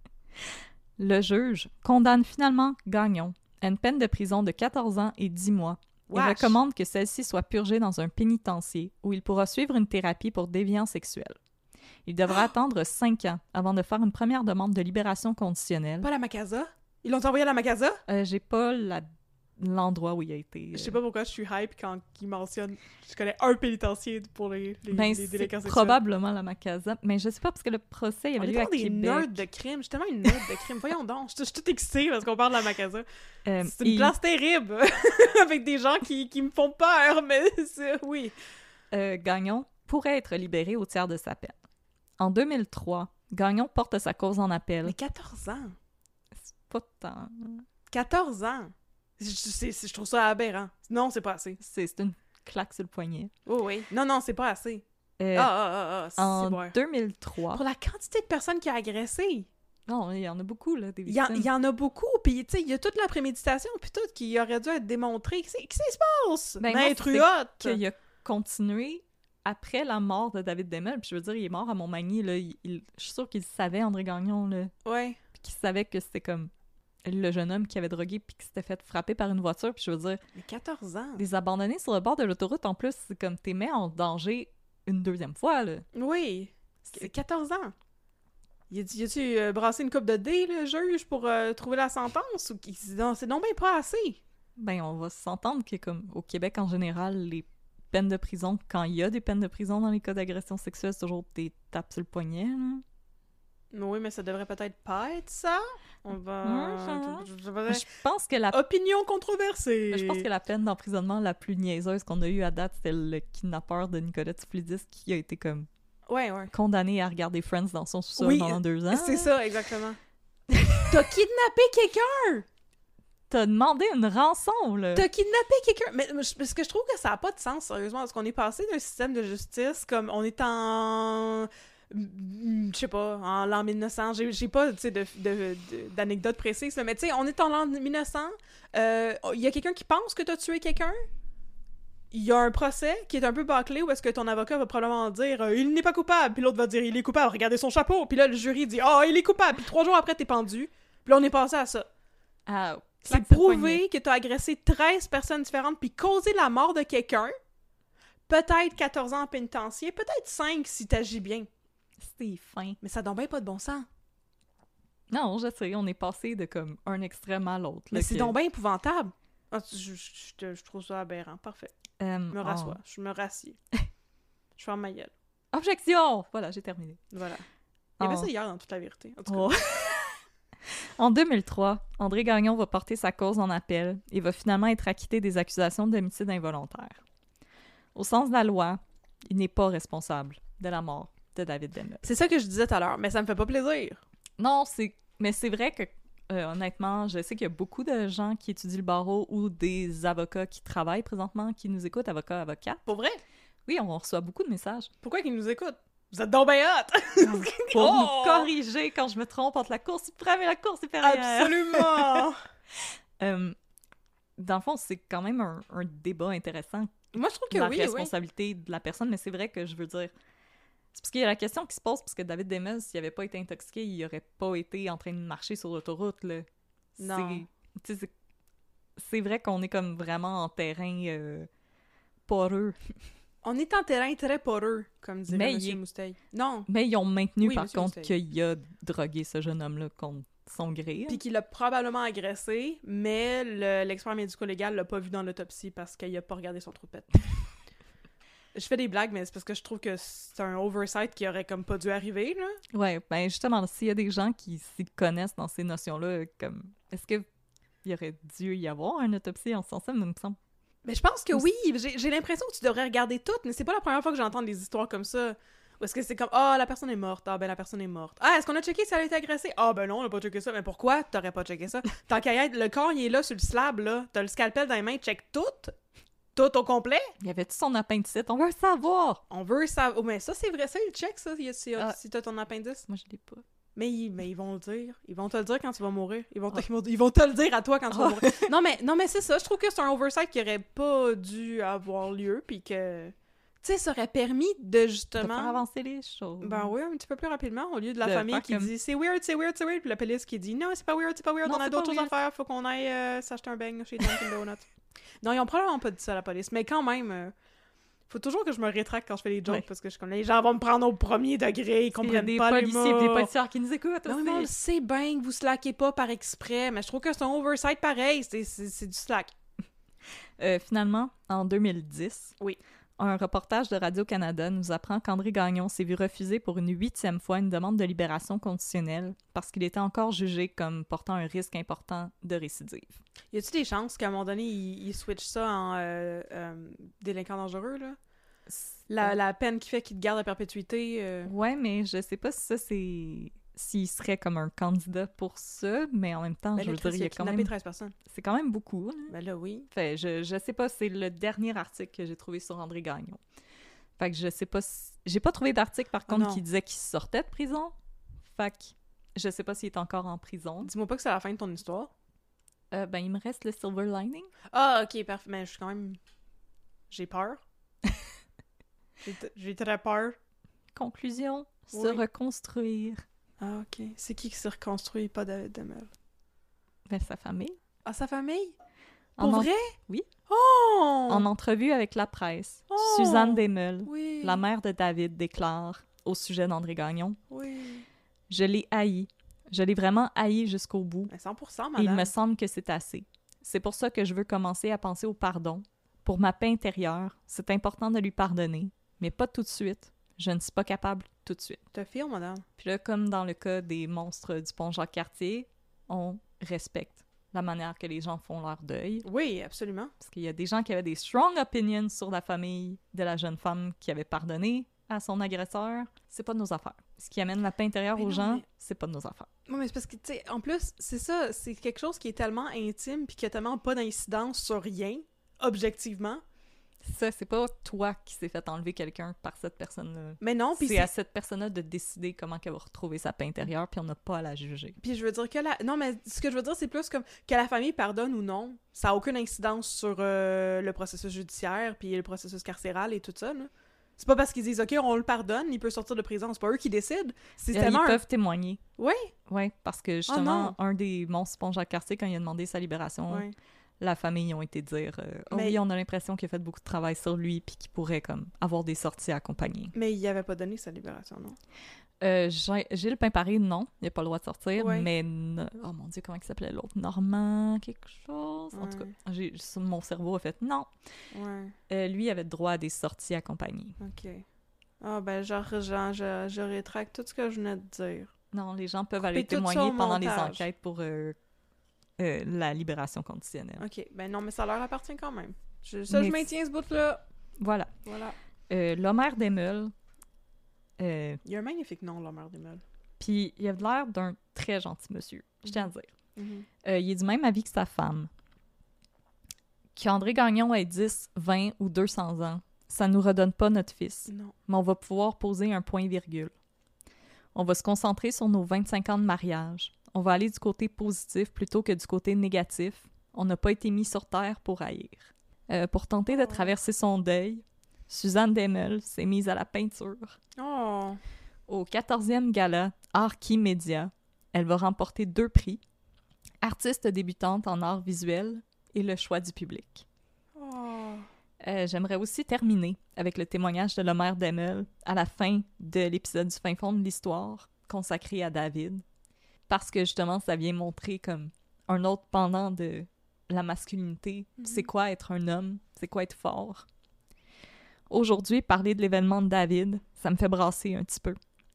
Le juge condamne finalement Gagnon à une peine de prison de 14 ans et 10 mois et recommande que celle-ci soit purgée dans un pénitencier où il pourra suivre une thérapie pour déviance sexuelle. Il devra attendre 5 ans avant de faire une première demande de libération conditionnelle. Pas la Macasa? Ils l'ont envoyé à la Macasa? J'ai pas la l'endroit où il a été. Je sais pas pourquoi je suis hype quand il mentionne... Je connais un pénitencier pour les délinquants sexuels. C'est probablement la Macasa, mais je sais pas, parce que le procès, il avait lieu à Québec. On est des nerds de crime. Je suis tellement une nerd de crime. Voyons donc, je suis toute excitée parce qu'on parle de la Macasa. C'est une place terrible, avec des gens qui me font peur, mais oui. Gagnon pourrait être libéré au tiers de sa peine. En 2003, Gagnon porte sa cause en appel. Mais 14 ans! C'est pas tant... 14 ans! Je trouve ça aberrant. Non, c'est pas assez. C'est une claque sur le poignet. Oh oui. Non, c'est pas assez. En bon. 2003... Pour la quantité de personnes qui a agressé. Non, il y en a beaucoup, là, des Il victimes. y en a beaucoup, puis tu sais, il y a toute la préméditation, puis tout, qui aurait dû être démontré. Qu'est-ce qui se passe? Maître Huot! Qu'il a continué après la mort de David Demel, puis je veux dire, il est mort à Montmagny, là, je suis sûre qu'il savait, André Gagnon, là. Ouais. Puis qu'il savait que c'était comme le jeune homme qui avait drogué puis qui s'était fait frapper par une voiture, puis je veux dire... Mais 14 ans! Les abandonnés sur le bord de l'autoroute, en plus, c'est comme t'es mis en danger une deuxième fois, là. Oui! C'est 14 ans! Y a-tu brassé une coupe de dés, le juge, pour trouver la sentence? Ou c'est non bien pas assez! Ben, on va s'entendre que, comme au Québec en général, les peines de prison, quand il y a des peines de prison dans les cas d'agression sexuelle, c'est toujours des tapes sur le poignet, là. Oui, mais ça devrait peut-être pas être ça. On va... Je pense que la... Opinion controversée! Je pense que la peine d'emprisonnement la plus niaiseuse qu'on a eue à date, c'était le kidnappeur de Nicolette Souflidis qui a été comme... Ouais. Condamné à regarder Friends dans son sous-sol pendant 2 ans. C'est ça, exactement. T'as kidnappé quelqu'un! T'as demandé une rançon, là! T'as kidnappé quelqu'un! Mais parce que je trouve que ça n'a pas de sens, sérieusement, parce qu'on est passé d'un système de justice comme on est en... Je sais pas, en l'an 1900. J'ai pas, tu sais, d'anecdotes précises, là, mais tu sais, on est en l'an 1900. Il y a quelqu'un qui pense que t'as tué quelqu'un. Il y a un procès qui est un peu bâclé où est-ce que ton avocat va probablement dire il n'est pas coupable, puis l'autre va dire il est coupable, regardez son chapeau, puis là le jury dit il est coupable, puis 3 jours après t'es pendu, puis là on est passé à ça. C'est prouvé que t'as agressé 13 personnes différentes puis causé la mort de quelqu'un, peut-être 14 ans en pénitencier, peut-être 5 si t'agis bien. C'est fin. Mais ça donne bien pas de bon sens. Non, je sais, on est passé de comme un extrême à l'autre. Mais c'est donc bien épouvantable. Je trouve ça aberrant. Parfait. Me rassois. Je me rassieds. Je ferme ma gueule. Objection! Voilà, j'ai terminé. Voilà. Il y avait ça hier dans Toute la vérité. En tout cas. Oh. En 2003, André Gagnon va porter sa cause en appel et va finalement être acquitté des accusations d'homicide involontaire. Au sens de la loi, il n'est pas responsable de la mort de David Demel. C'est ça que je disais tout à l'heure, mais ça me fait pas plaisir. Non, mais c'est vrai que honnêtement, je sais qu'il y a beaucoup de gens qui étudient le barreau ou des avocats qui travaillent présentement, qui nous écoutent, avocates. Pour vrai? Oui, on reçoit beaucoup de messages. Pourquoi qu'ils nous écoutent? Vous êtes donc bien hot! Pour nous corriger quand je me trompe entre la Cour suprême et la Cour supérieure. Absolument! Dans le fond, c'est quand même un débat intéressant. Moi, je trouve que la oui, responsabilité de la personne, mais c'est vrai que je veux dire... C'est parce qu'il y a la question qui se pose, parce que David Demel, s'il n'avait pas été intoxiqué, il n'aurait pas été en train de marcher sur l'autoroute, là. Non. C'est vrai qu'on est comme vraiment en terrain poreux. On est en terrain très poreux, comme dirait M. Mousteil. Non. Mais ils ont maintenu, par Monsieur contre, Mousteil. qu'il a drogué ce jeune homme-là contre son gré. Puis qu'il l'a probablement agressé, mais l'expert médico-légal l'a pas vu dans l'autopsie parce qu'il a pas regardé son trou de pète. Je fais des blagues, mais c'est parce que je trouve que c'est un oversight qui aurait comme pas dû arriver, là. Ouais, ben justement, s'il y a des gens qui s'y connaissent dans ces notions-là, comme, est-ce qu'il y aurait dû y avoir une autopsie en ce sens-là, il me semble? Mais je pense que oui, j'ai l'impression que tu devrais regarder tout, mais c'est pas la première fois que j'entends des histoires comme ça. Ou est-ce que c'est comme, la personne est morte, ben la personne est morte. Est-ce qu'on a checké si elle a été agressée? Ben non, on a pas checké ça. Mais pourquoi t'aurais pas checké ça? Tant qu'à y être, le corps, il est là sur le slab, là. T'as le scalpel dans les mains, check tout au complet. Il y avait-tu son appendicite? On veut savoir! On veut savoir. Mais ça, c'est vrai, ça, il check ça, si t'as ton appendice. Moi, je l'ai pas. Mais ils vont le dire. Ils vont te le dire quand tu vas mourir. Ils vont te le dire à toi quand tu vas mourir. Non, mais c'est ça. Je trouve que c'est un oversight qui aurait pas dû avoir lieu, puis que... Tu sais, ça aurait permis de justement... De faire avancer les choses. Ben oui, un petit peu plus rapidement, au lieu de la famille qui dit « C'est weird, c'est weird, c'est weird », puis la police qui dit « Non, c'est pas weird, non, on a d'autres choses à faire, faut qu'on aille s'acheter un bang chez Dunkin' Donuts. » Non, ils ont probablement pas dit ça à la police, mais quand même, faut toujours que je me rétracte quand je fais les jokes, parce que je suis comme, les gens vont me prendre au premier degré, ils comprennent pas les mots. Il y a des policiers qui nous écoutent aussi. Non, mais on le sait bien que vous slackez pas par exprès, mais je trouve que c'est un oversight pareil, c'est du slack. Finalement, en 2010, Oui. un reportage de Radio-Canada nous apprend qu'André Gagnon s'est vu refuser pour une 8e fois une demande de libération conditionnelle parce qu'il était encore jugé comme portant un risque important de récidive. Y a-tu des chances qu'à un moment donné, il switch ça en délinquant dangereux, là? La peine qui fait qu'il te garde à perpétuité... Ouais, mais je sais pas si ça, c'est... S'il serait comme un candidat pour ça, mais en même temps, Ben je là, veux dire, il y a quand kidnappé même... 13 personnes. C'est quand même beaucoup, là. Ben là, oui. Fait, je sais pas, c'est le dernier article que j'ai trouvé sur André Gagnon. Fait que je sais pas si... J'ai pas trouvé d'article, par contre, non. qui disait qu'il sortait de prison. Fait que je sais pas s'il est encore en prison. Dis-moi pas que c'est la fin de ton histoire. Ben, il me reste le Silver Lining. Ah, ok, parfait. Mais je suis quand même... J'ai peur. J'ai très peur. Conclusion, se Oui. reconstruire. Ah, ok. C'est qui s'est reconstruit, pas David Demel? Ben, sa famille. Ah, sa famille? En Pour en- vrai? Oui. Oh! En entrevue avec la presse, Oh! Suzanne Desmeules, Oui. la mère de David, déclare au sujet d'André Gagnon: Oui. « Je l'ai haï. Je l'ai vraiment haï jusqu'au bout. Mais 100%, Et il madame. me semble que c'est assez. C'est pour ça que je veux commencer à penser au pardon. Pour ma paix intérieure, c'est important de lui pardonner, mais pas tout de suite. Je ne suis pas capable tout de suite. » Te file, madame. Puis là, comme dans le cas des monstres du pont Jacques-Cartier, on respecte la manière que les gens font leur deuil. Oui, absolument. Parce qu'il y a des gens qui avaient des strong opinions sur la famille de la jeune femme qui avait pardonné à son agresseur. C'est pas de nos affaires. Ce qui amène la paix intérieure Mais aux non, gens, mais- c'est pas de nos affaires. Oui, mais c'est parce que, tu sais, en plus, c'est ça, c'est quelque chose qui est tellement intime puis qui a tellement pas d'incidence sur rien, objectivement. Ça, c'est pas toi qui s'est fait enlever quelqu'un par cette personne-là. Mais non, puis C'est c'est... à cette personne-là de décider comment elle va retrouver sa paix intérieure, puis on n'a pas à la juger. Puis je veux dire que la... Non, mais ce que je veux dire, c'est plus comme que la famille pardonne ou non, ça a aucune incidence sur le processus judiciaire puis le processus carcéral et tout ça, là. C'est pas parce qu'ils disent « OK, on le pardonne, il peut sortir de prison », c'est pas eux qui décident. C'est Ils tellement... peuvent témoigner. Oui? Oui, parce que justement, non. un des monstres pont Jacques-Cartier, quand il a demandé sa libération, Ouais. la famille ont été dire Oh Mais- oui, on a l'impression qu'il a fait beaucoup de travail sur lui, puis qu'il pourrait comme avoir des sorties accompagnées. Mais il avait pas donné sa libération, non? Gilles Pimparé, non, il n'a pas le droit de sortir, Ouais. mais oh mon Dieu, comment il s'appelait l'autre? Normand, quelque chose? En tout cas, mon cerveau a fait non. Ouais, Lui avait le droit à des sorties accompagnées. OK. Ah, ben, je rétracte tout ce que je venais de dire. Non, les gens peuvent Coupez aller tout ça témoigner au pendant les montage. enquêtes pour la libération conditionnelle. OK, ben non, mais ça leur appartient quand même. Je Mais- maintiens ce bout-là. Voilà. Voilà. L'Homère Desmeules, Il y a un magnifique nom, l'Homère des Meules. puis il a l'air d'un très gentil monsieur, je tiens à dire. Mhm. Il est du même avis que sa femme. Qu'André Gagnon ait 10, 20 ou 200 ans, ça nous redonne pas notre fils. Non. Mais on va pouvoir poser un point-virgule. On va se concentrer sur nos 25 ans de mariage. On va aller du côté positif plutôt que du côté négatif. On n'a pas été mis sur terre pour haïr. Pour tenter de traverser son deuil, Suzanne Desmeules s'est mise à la peinture. Oh! Au 14e gala Archimédia, elle va remporter 2 prix, artiste débutante en art visuel et le choix du public. Oh! J'aimerais aussi terminer avec le témoignage de l'Homère Desmeules à la fin de l'épisode du fin fond de l'histoire consacré à David, parce que justement, ça vient montrer comme un autre pendant de la masculinité. C'est quoi être un homme? C'est quoi être fort? Aujourd'hui, parler de l'événement de David, ça me fait brasser un petit peu.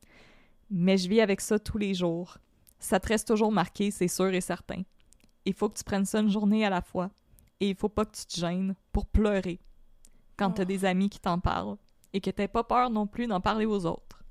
Mais je vis avec ça tous les jours. Ça te reste toujours marqué, c'est sûr et certain. Il faut que tu prennes ça une journée à la fois. Et il faut pas que tu te gênes pour pleurer quand t'as des amis qui t'en parlent et que t'aies pas peur non plus d'en parler aux autres.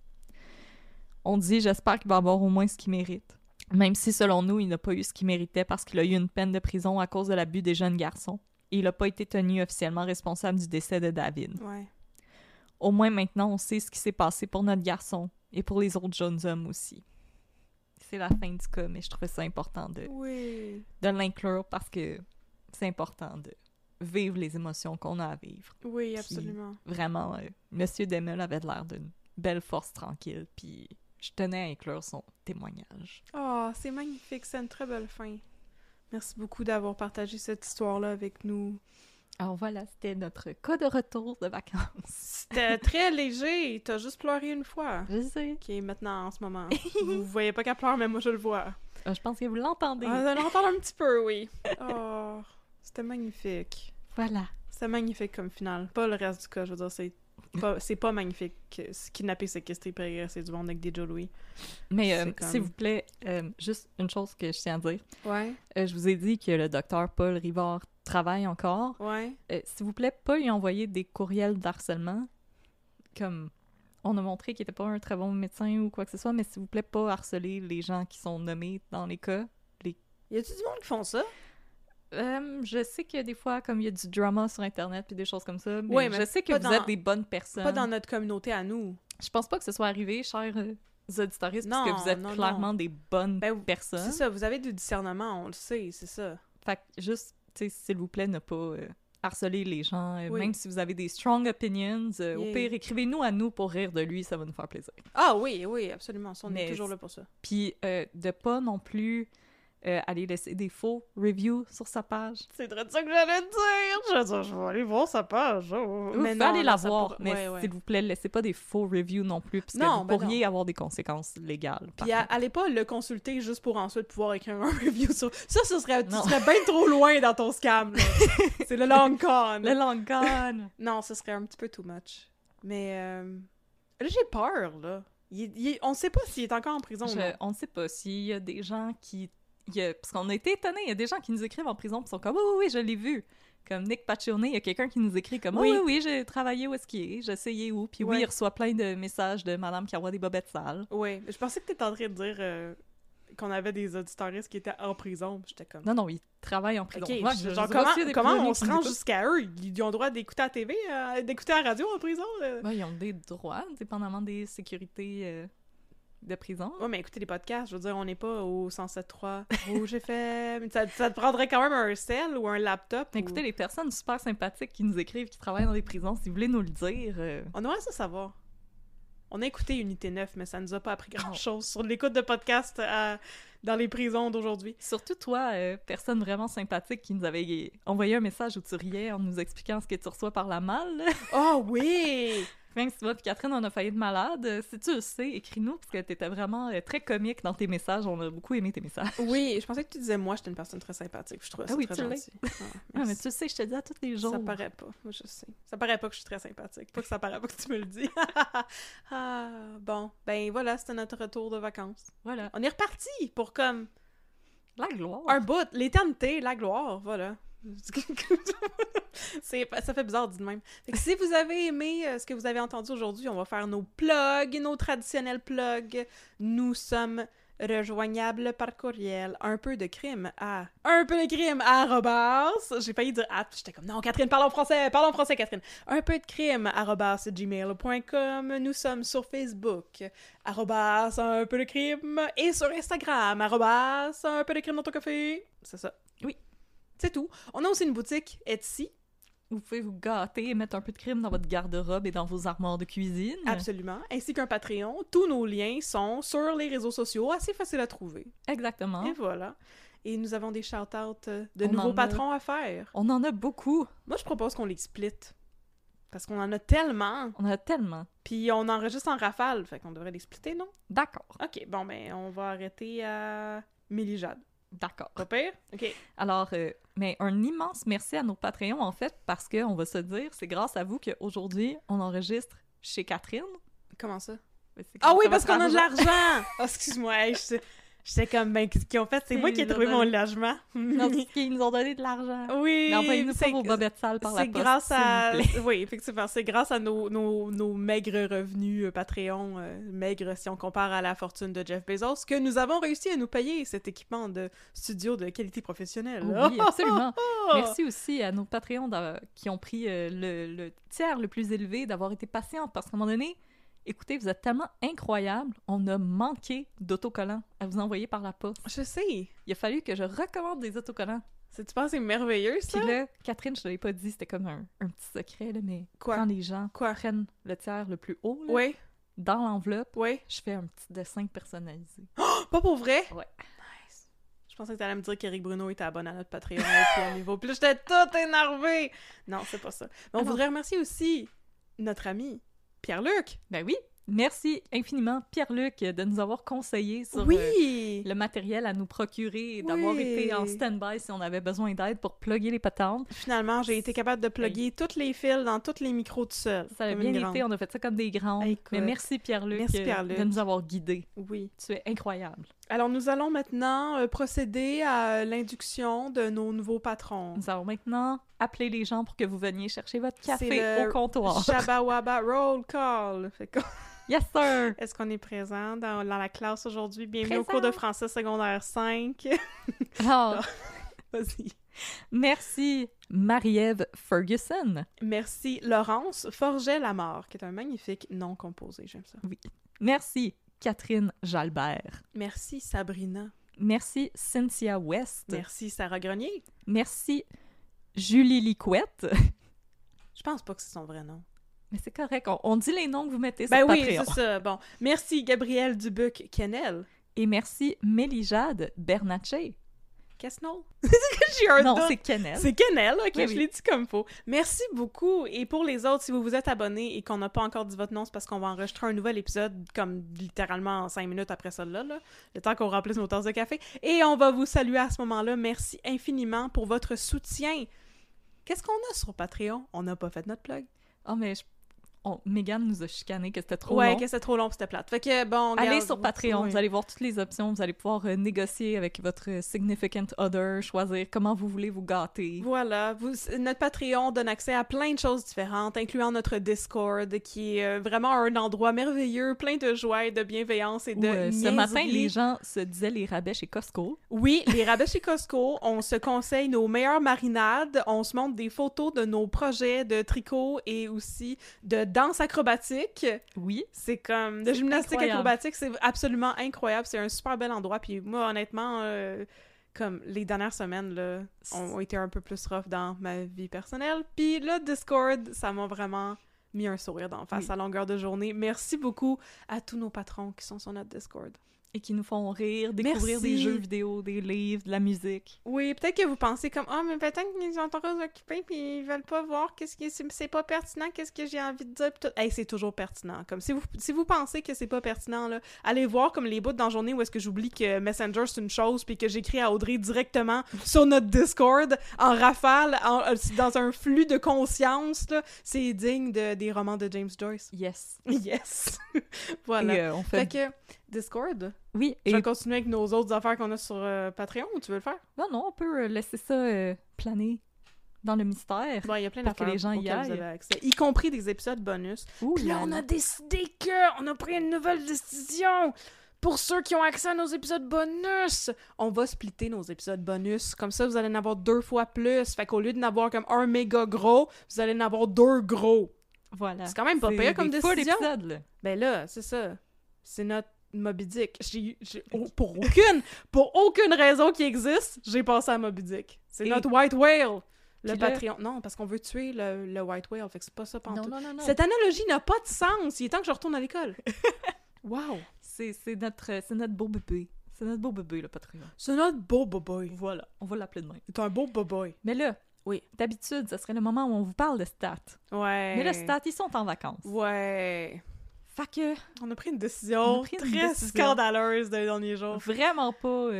On dit, j'espère qu'il va avoir au moins ce qu'il mérite. Même si, selon nous, il n'a pas eu ce qu'il méritait parce qu'il a eu une peine de prison à cause de l'abus des jeunes garçons. Et il n'a pas été tenu officiellement responsable du décès de David. Ouais. Au moins maintenant, on sait ce qui s'est passé pour notre garçon et pour les autres jeunes hommes aussi. C'est la fin du cas, mais je trouvais ça important de l'inclure parce que c'est important de vivre les émotions qu'on a à vivre. Oui, Puis, absolument. vraiment, Monsieur Desmeules avait l'air d'une belle force tranquille, puis je tenais à inclure son témoignage. Oh, c'est magnifique, c'est une très belle fin. Merci beaucoup d'avoir partagé cette histoire-là avec nous. Alors voilà, c'était notre cas de retour de vacances. C'était très léger, t'as juste pleuré une fois. Je sais. Qui est maintenant en ce moment. Vous voyez pas qu'elle pleure, mais moi je le vois. Je pense que vous l'entendez. On l'entend un petit peu, oui. Oh, c'était magnifique. Voilà. C'est magnifique comme finale. Pas le reste du cas, je veux dire, c'est pas magnifique. Kidnapper, séquestrer, régresser du monde avec des Joe Louis. Mais comme... s'il vous plaît, juste une chose que je tiens à dire. Ouais. Je vous ai dit que le docteur Paul Rivard travaille encore. Ouais. S'il vous plaît, pas lui envoyer des courriels d'harcèlement. Comme on a montré qu'il était pas un très bon médecin ou quoi que ce soit, mais s'il vous plaît, pas harceler les gens qui sont nommés dans les cas. Y a-tu du monde qui font ça? Je sais que des fois, comme il y a du drama sur Internet puis des choses comme ça, mais, ouais, mais je sais que vous êtes des bonnes personnes. Pas dans notre communauté à nous. Je pense pas que ce soit arrivé, chers auditoristes, parce que vous êtes clairement des bonnes personnes. C'est ça, vous avez du discernement, on le sait, c'est ça. Fait que juste, tu sais, s'il vous plaît, ne pas harceler les gens, même si vous avez des strong opinions, au pire, écrivez-nous à nous pour rire de lui, ça va nous faire plaisir. Ah oui, absolument, on est toujours là pour ça. Puis de pas non plus aller laisser des faux reviews sur sa page. C'est de ça que j'allais dire! Je vais aller voir sa page. Vous pouvez aller la voir, mais s'il vous plaît, laissez pas des faux reviews non plus, parce que vous pourriez avoir des conséquences légales. Puis allez pas le consulter juste pour ensuite pouvoir écrire un review sur... Ça, tu serais bien trop loin dans ton scam, là. C'est le long con. Le long con! Non, ce serait un petit peu too much. Mais là, j'ai peur, là. On sait pas s'il est encore en prison. On ne sait pas s'il y a des gens qui... parce qu'on a été étonnés, il y a des gens qui nous écrivent en prison et sont comme « Oui, je l'ai vu ». Comme Nick Pacione, il y a quelqu'un qui nous écrit comme « Oui, j'ai travaillé où est-ce qu'il est, j'ai essayé où ». Puis oui, il reçoit plein de messages de madame qui envoie des bobettes sales. Oui, je pensais que t'étais en train de dire qu'on avait des auditeuristes qui étaient en prison. J'étais comme... Non, ils travaillent en prison. Okay, Ouais, genre, comment on se rend jusqu'à eux? Ils ont le droit d'écouter à la TV, d'écouter à la radio en prison? Ils ont des droits, dépendamment des sécurités... de prison. Ouais, mais écoutez les podcasts, je veux dire, on n'est pas au 107.3 Rouge FM. Ça te prendrait quand même un cell ou un laptop. Écoutez, les personnes super sympathiques qui nous écrivent, qui travaillent dans des prisons, si vous voulez nous le dire... On aimerait ça savoir. On a écouté Unité 9, mais ça nous a pas appris grand-chose sur l'écoute de podcast dans les prisons d'aujourd'hui. Surtout toi, personne vraiment sympathique qui nous avait envoyé un message où tu riais en nous expliquant ce que tu reçois par la malle. Oh oui! Même si toi et Catherine, on a failli être malade, si tu le sais, écris-nous, parce que t'étais vraiment très comique dans tes messages. On a beaucoup aimé tes messages. Oui, je pensais que tu disais, moi, j'étais une personne très sympathique. Je trouvais ça très gentil. Mais tu le sais, je te dis à tous les jours. Ça paraît pas, moi je sais. Ça paraît pas que je suis très sympathique. Pas que ça paraît pas que tu me le dis. Bon, ben voilà, c'était notre retour de vacances. Voilà. On est reparti pour comme... La gloire. Un bout, l'éternité, la gloire, voilà. Ça fait bizarre dit de même. Fait que si vous avez aimé ce que vous avez entendu aujourd'hui, on va faire nos plugs, nos traditionnels plugs. Nous sommes rejoignables par courriel. Un peu de crime à @. J'ai failli dire j'étais comme non Catherine, parle en français Catherine. Un peu de crime @gmail.com. Nous sommes sur Facebook un peu de crime et sur Instagram un peu de crime dans ton café. C'est ça. Oui. C'est tout. On a aussi une boutique Etsy. Vous pouvez vous gâter et mettre un peu de crime dans votre garde-robe et dans vos armoires de cuisine. Absolument. Ainsi qu'un Patreon. Tous nos liens sont sur les réseaux sociaux. Assez facile à trouver. Exactement. Et voilà. Et nous avons des shout-outs de nouveaux patrons à faire. On en a beaucoup. Moi, je propose qu'on les split. Parce qu'on en a tellement. On en a tellement. Puis on enregistre en rafale. Fait qu'on devrait les splitter, non? D'accord. OK. Bon, ben, on va arrêter à Mélie-Jade. D'accord. Pas pire? OK. Alors, mais un immense merci à nos Patreons, en fait, parce qu'on va se dire, c'est grâce à vous qu'aujourd'hui, on enregistre chez Catherine. Comment ça? Ah oui, parce qu'on a de l'argent! Oh, excuse-moi, j'étais comme, ben, qu'est-ce qu'ils ont fait? C'est moi qui ai trouvé mon logement. Non, c'est qu'ils nous ont donné de l'argent. Oui! Mais envoyez-nous pas vos bobettes sales par la poste, grâce à... s'il vous plaît. Oui, effectivement, c'est grâce à nos maigres revenus Patreon, maigres si on compare à la fortune de Jeff Bezos, que nous avons réussi à nous payer cet équipement de studio de qualité professionnelle. Oui, absolument. Merci aussi à nos Patreons qui ont pris le tiers le plus élevé, d'avoir été patients, parce qu'à un moment donné, écoutez, vous êtes tellement incroyables, on a manqué d'autocollants à vous envoyer par la poste. Je sais. Il a fallu que je recommande des autocollants. Tu penses que c'est merveilleux, ça? Puis là, Catherine, je te l'ai pas dit, c'était comme un petit secret, là, mais quoi? Quand les gens prennent le tiers le plus haut, là, oui. Dans l'enveloppe, oui. Je fais un petit dessin personnalisé. Oh, pas pour vrai? Ouais. Nice. Je pensais que t'allais me dire qu'Éric Bruno était abonné à notre Patreon au niveau. Puis là, j'étais toute énervée! Non, c'est pas ça. Mais on voudrait remercier aussi notre ami Pierre-Luc. Ben oui, Merci infiniment, Pierre-Luc, de nous avoir conseillé sur le matériel à nous procurer et d'avoir été en stand-by si on avait besoin d'aide pour plugger les patentes. Finalement, j'ai été capable de plugger toutes les fils dans tous les micros tout seul. Ça a bien été, on a fait ça comme des grands. Mais merci Pierre-Luc, de nous avoir guidés. Oui. Tu es incroyable. Alors, nous allons maintenant procéder à l'induction de nos nouveaux patrons. Nous allons maintenant appeler les gens pour que vous veniez chercher votre café au comptoir. Shabba Wabba Roll Call. Yes, sir! Est-ce qu'on est présent dans la classe aujourd'hui? Bienvenue au cours de français secondaire 5. Alors, vas-y. Merci Marie-Ève Ferguson. Merci Laurence Forget-Lamar, qui est un magnifique nom composé. J'aime ça. Oui. Merci Catherine Jalbert. Merci Sabrina. Merci Cynthia West. Merci Sarah Grenier. Merci Julie Liquette. Je pense pas que c'est son vrai nom. Mais c'est correct, on dit les noms que vous mettez sur Patreon. Patreon. Oui, c'est ça. Bon, merci Gabrielle Dubuc-Kennel. Et merci Mélijade Bernatchez. Quesnol? J'ai un non, doute. c'est Kennel. C'est Kennel, ok, oui, je l'ai dit comme faut. Merci beaucoup. Et pour les autres, si vous vous êtes abonnés et qu'on n'a pas encore dit votre nom, c'est parce qu'on va enregistrer un nouvel épisode, comme littéralement en 5 minutes après ça, là, le temps qu'on remplisse nos tasses de café. Et on va vous saluer à ce moment-là. Merci infiniment pour votre soutien. Qu'est-ce qu'on a sur Patreon? On n'a pas fait notre plug. Oh, mais Mégane nous a chicané que c'était trop long. Ouais, que c'était trop long, c'était plate. Fait que, bon, allez sur Patreon, vous allez voir toutes les options, vous allez pouvoir négocier avec votre significant other, choisir comment vous voulez vous gâter. Voilà, notre Patreon donne accès à plein de choses différentes, incluant notre Discord, qui est vraiment un endroit merveilleux, plein de joie et de bienveillance et de niaiserie. Ce matin, les gens se disaient les rabais chez Costco. Oui, les rabais chez Costco, on se conseille nos meilleures marinades, on se montre des photos de nos projets de tricot et aussi de danse acrobatique. Oui. C'est comme de gymnastique acrobatique, c'est absolument incroyable. C'est un super bel endroit. Puis moi, honnêtement, comme les dernières semaines, là, ont été un peu plus rough dans ma vie personnelle. Puis le Discord, ça m'a vraiment mis un sourire d'en face à longueur de journée. Merci beaucoup à tous nos patrons qui sont sur notre Discord. Et qui nous font rire, découvrir des jeux vidéo, des livres, de la musique. Oui, peut-être que vous pensez comme « Ah, mais peut-être qu'ils sont trop occupés puis ils veulent pas voir c'est pas pertinent, qu'est-ce que j'ai envie de dire. » Hey, c'est toujours pertinent. Comme si vous pensez que c'est pas pertinent, là, allez voir comme les bouts dans la journée où est-ce que j'oublie que Messenger c'est une chose puis que j'écris à Audrey directement sur notre Discord en rafale, dans un flux de conscience. Là. C'est digne des romans de James Joyce. Yes. Yes. Voilà. Et, on fait que Discord. Oui. Je vais continuer avec nos autres affaires qu'on a sur Patreon, ou tu veux le faire? Non, on peut laisser ça planer dans le mystère. Bon, il y a plein d'affaires que les gens y aillent. Y compris des épisodes bonus. Puis là, on a décidé qu'on a pris une nouvelle décision. Pour ceux qui ont accès à nos épisodes bonus, on va splitter nos épisodes bonus. Comme ça, vous allez en avoir 2 fois plus. Fait qu'au lieu d'en avoir comme un méga gros, vous allez en avoir 2 gros. Voilà. C'est quand même pas pire comme décision. Épisodes, là. Ben là, c'est ça. C'est notre Moby Dick. Pour aucune raison qui existe, j'ai pensé à Moby Dick. C'est notre White Whale. Le Patreon. Non, parce qu'on veut tuer le White Whale. Fait que c'est pas ça pantoute. Non. Cette analogie n'a pas de sens. Il est temps que je retourne à l'école. Wow. C'est notre beau bébé. C'est notre beau bébé, le Patreon. C'est notre beau boboy. Voilà. On va l'appeler demain. C'est un beau boboy. Mais là, oui. D'habitude, ce serait le moment où on vous parle de stats. Ouais. Mais le stats, ils sont en vacances. Ouais. Fait que... On a pris une décision très scandaleuse des derniers jours. Vraiment pas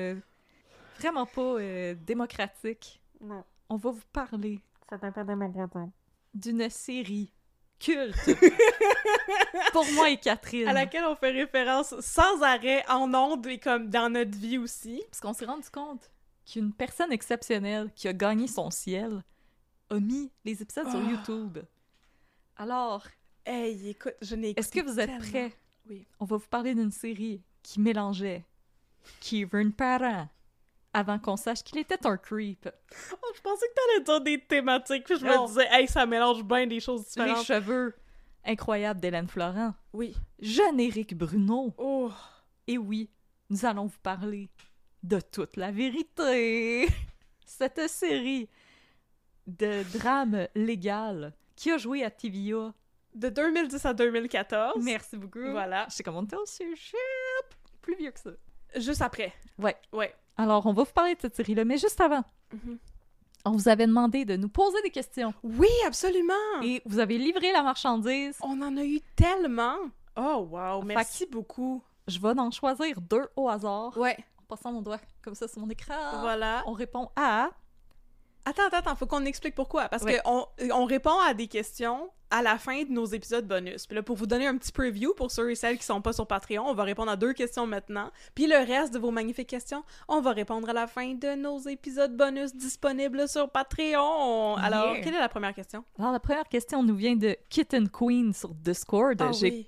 démocratique. Non. On va vous parler... C'est un peu démocratique. D'une série culte pour moi et Catherine. À laquelle on fait référence sans arrêt en ondes et comme dans notre vie aussi. Parce qu'on s'est rendu compte qu'une personne exceptionnelle qui a gagné son ciel a mis les épisodes sur YouTube. Alors... Hey, écoute, je n'ai écouté. Est-ce que vous êtes prêts? Oui. On va vous parler d'une série qui mélangeait Kieran Parent avant qu'on sache qu'il était un creep. Oh, je pensais que t'allais dire des thématiques, puis je me disais, hey, ça mélange bien des choses différentes. Les cheveux incroyables d'Hélène Florent. Oui. Jeune Éric Bruno. Oh. Et oui, nous allons vous parler de toute la vérité. Cette série de drame légal qui a joué à TVA de 2010 à 2014. Merci beaucoup. Voilà. Je sais comment on était au sujet. Plus vieux que ça. Juste après. Ouais. Ouais. Alors, on va vous parler de cette série-là, mais juste avant, on vous avait demandé de nous poser des questions. Oui, absolument. Et vous avez livré la marchandise. On en a eu tellement. Oh, wow! Merci beaucoup. Je vais en choisir 2 au hasard. Ouais. En passant mon doigt comme ça sur mon écran. Voilà. On répond à... Attends, faut qu'on explique pourquoi. Parce qu'on répond à des questions à la fin de nos épisodes bonus. Puis là, pour vous donner un petit preview, pour ceux et celles qui sont pas sur Patreon, on va répondre à 2 questions maintenant. Puis le reste de vos magnifiques questions, on va répondre à la fin de nos épisodes bonus disponibles sur Patreon. Alors, quelle est la première question? Alors, la première question nous vient de Kitten Queen sur Discord.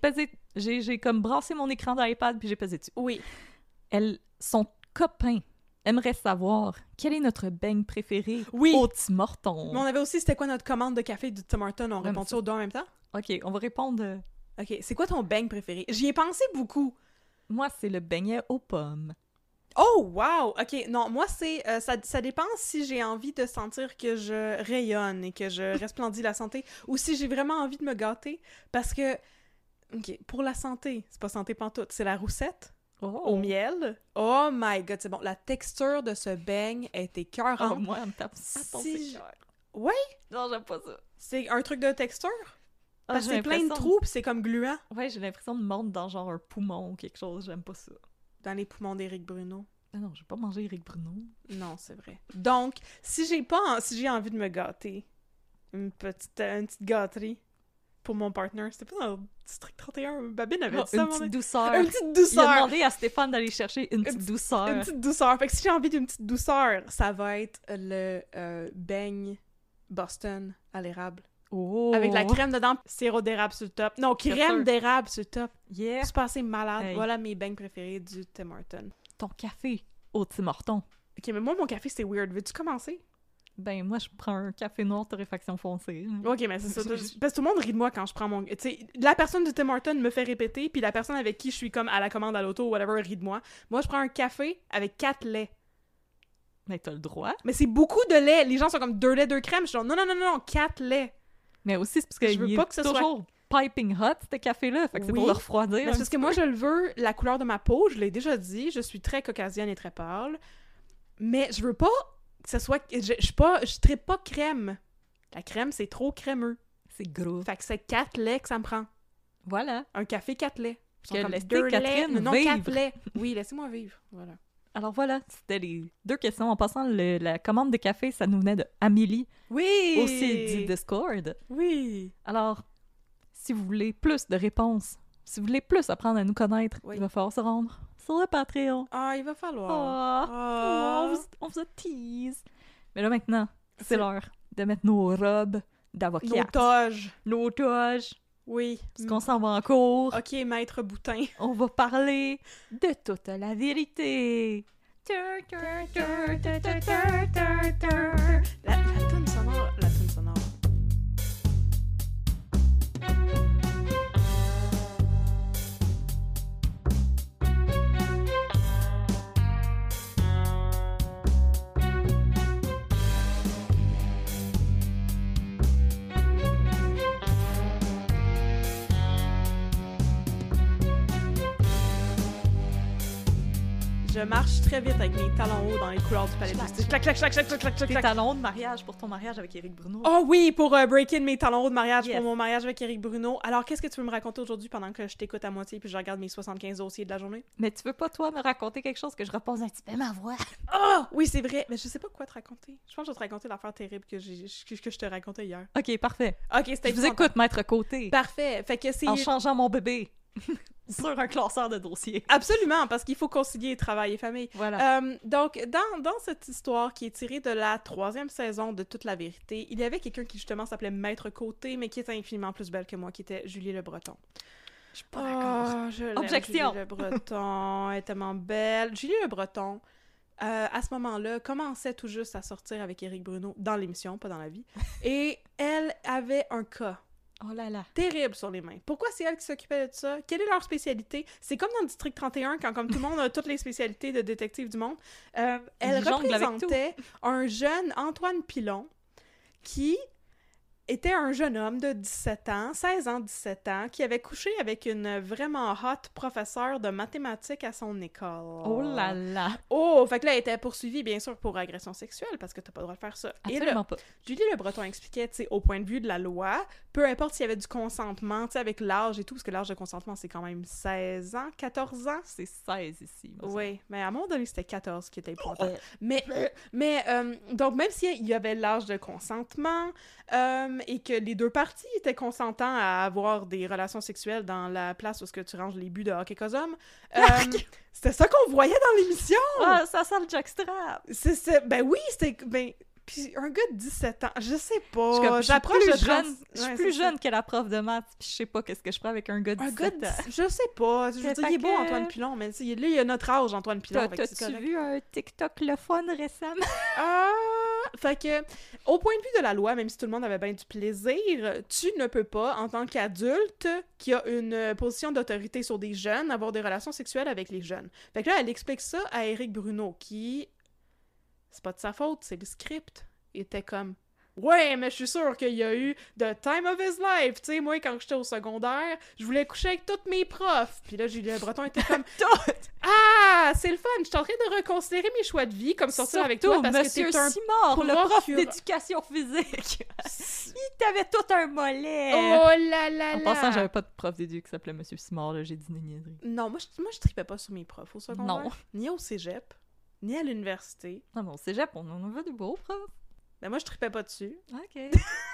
J'ai comme brassé mon écran de l'iPad puis j'ai pesé dessus. Oui. Son copain aimerait savoir quel est notre beigne préféré au Tim Hortons. Mais on avait aussi, c'était quoi notre commande de café du Tim Hortons? On répond-tu aux 2 en même temps? OK, on va répondre... OK, c'est quoi ton beigne préféré? J'y ai pensé beaucoup. Moi, c'est le beignet aux pommes. Oh, wow! OK, non, moi, c'est... ça dépend si j'ai envie de sentir que je rayonne et que je resplendis la santé ou si j'ai vraiment envie de me gâter. Parce que, OK, pour la santé, c'est pas santé pantoute, c'est la roussette. Au miel. Oh my god, c'est bon. La texture de ce beigne est écœurante. Oh, moi, elle me tape si... Ouais? Non, j'aime pas ça. C'est un truc de texture? Parce que c'est plein de trous pis c'est comme gluant. Ouais, j'ai l'impression de mordre dans genre un poumon ou quelque chose. J'aime pas ça. Dans les poumons d'Éric Bruno. Ah non, j'ai pas mangé Éric Bruno. Non, c'est vrai. Donc, si j'ai envie de me gâter, une petite gâterie pour mon partner, c'était pas dans le District 31, Babine avait dit ça. Une petite douceur. Une petite douceur. Il a demandé à Stéphane d'aller chercher une petite douceur. Une petite douceur. Fait que si j'ai envie d'une petite douceur, ça va être le beigne Boston à l'érable. Oh. Avec de la crème dedans, sirop d'érable sur le top. Non, crème d'érable sur le top. Yeah. C'est passé malade. Hey. Voilà mes beignes préférés du Tim Hortons. Ton café au Tim Hortons. Ok, mais moi, mon café, c'est weird. Veux-tu commencer? Ben, moi, je prends un café noir torréfaction foncée. Ok, mais c'est ça. Parce que tout le monde rit de moi quand je prends mon... Tu sais, la personne du Tim Hortons me fait répéter, puis la personne avec qui je suis comme à la commande à l'auto ou whatever rit de moi. Moi, je prends un café avec 4 laits. Mais t'as le droit. Mais c'est beaucoup de lait. Les gens sont comme 2 laits, 2 crèmes. Je suis genre, non, 4 laits. Mais aussi, c'est parce que je veux pas que ce toujours piping hot, ce café-là. Fait que c'est pour le refroidir. Mais c'est parce que moi, je le veux, la couleur de ma peau, je l'ai déjà dit, je suis très caucasienne et très pâle. Mais je veux pas que ce soit... Je trippe pas crème. La crème, c'est trop crémeux. C'est gros. Fait que c'est 4 laits que ça me prend. Voilà. Un café 4 laits. Laissez Catherine non, vivre. 4 laits. Oui, laissez-moi vivre. Voilà. Alors voilà, c'était les 2 questions. En passant, la commande de café, ça nous venait de Amélie. Oui! Aussi du Discord. Oui! Alors, si vous voulez plus de réponses, si vous voulez plus apprendre à nous connaître, il va falloir se rendre sur le Patreon. Ah, il va falloir. On vous a tease. Mais là, maintenant, c'est l'heure de mettre nos robes d'avocat. Nos toges. Oui. Parce qu'on s'en va en cours. OK, maître Boutin. On va parler de toute la vérité. La toune sonore. Je marche très vite avec mes talons hauts dans les couloirs du palais de justice. Clac, clac, clac, clac, clac, clac, clac. Tes talons de mariage pour ton mariage avec Éric Bruno. Oh oui, pour break-in mes talons hauts de mariage pour mon mariage avec Éric Bruno. Alors, qu'est-ce que tu veux me raconter aujourd'hui pendant que je t'écoute à moitié puis je regarde mes 75 dossiers de la journée? Mais tu veux pas, toi, me raconter quelque chose que je repose un petit peu ma voix? Oh! Oui, c'est vrai. Mais je sais pas quoi te raconter. Je pense que je vais te raconter l'affaire terrible que je te racontais hier. OK, parfait. OK, c'était Je vous écoute, maître Côté. Parfait. Fait que c'est... En changeant mon bébé. Sur un classeur de dossiers. Absolument, parce qu'il faut concilier travail et famille. Voilà. Donc, dans cette histoire qui est tirée de la 3e saison de Toute la vérité, il y avait quelqu'un qui, justement, s'appelait Maître Côté, mais qui était infiniment plus belle que moi, qui était Julie Le Breton. Je suis pas d'accord. Objection! Julie Le Breton, elle est tellement belle. Julie Le Breton, à ce moment-là, commençait tout juste à sortir avec Éric Bruno, dans l'émission, pas dans la vie, et elle avait un cas. Oh là là. Terrible sur les mains. Pourquoi c'est elle qui s'occupait de ça? Quelle est leur spécialité? C'est comme dans le District 31, quand comme tout le monde a toutes les spécialités de détective du monde. Elle représentait un jeune Antoine Pilon qui était un jeune homme de 16 ans, 17 ans, qui avait couché avec une vraiment hot professeure de mathématiques à son école. Oh là là! Oh! Fait que là, elle était poursuivie, bien sûr, pour agression sexuelle, parce que t'as pas le droit de faire ça. Absolument Et là, pas. Julie Le Breton expliquait, tu sais, au point de vue de la loi, peu importe s'il y avait du consentement, tu sais, avec l'âge et tout, parce que l'âge de consentement, c'est quand même 16 ans, 14 ans. C'est 16 ici. Oui, mais à un moment donné, c'était 14 qui était important. Donc, même s'il y avait l'âge de consentement et que les deux parties étaient consentants à avoir des relations sexuelles dans la place où est-ce que tu ranges les buts de hockey cosum, c'était ça qu'on voyait dans l'émission! Ah, ça sent le jockstrap! Ben oui, c'était... Ben, puis un gars de 17 ans, je sais pas. Je suis plus jeune que la prof de maths, puis je sais pas qu'est-ce que je ferais avec un gars de 17 ans. Je sais pas. Je veux dire, il est beau, Antoine Pilon, mais là, il a notre âge, Antoine Pilon. T'as-tu vu un TikTok le fun récemment? Fait que, au point de vue de la loi, même si tout le monde avait bien du plaisir, tu ne peux pas, en tant qu'adulte qui a une position d'autorité sur des jeunes, avoir des relations sexuelles avec les jeunes. Fait que là, elle explique ça à Éric Bruno, qui... C'est pas de sa faute, c'est le script. Il était comme... Ouais, mais je suis sûre qu'il y a eu the time of his life. Tu sais, moi, quand j'étais au secondaire, je voulais coucher avec toutes mes profs. Puis là, Julie Le Breton était comme... Ah, c'est le fun! Je suis en train de reconsidérer mes choix de vie, comme sortir avec toi, parce que t'es un Simard, le prof d'éducation physique. Il t'avait tout un mollet. Oh là là là! En passant, j'avais pas de prof d'éduc qui s'appelait Monsieur Simard, là, j'ai dit des niaiseries. Non, moi, je tripais pas sur mes profs au secondaire. Non. Ni au cégep, ni à l'université. Non, mais au cégep, on en avait de beaux profs. Mais moi, je tripais pas dessus. OK.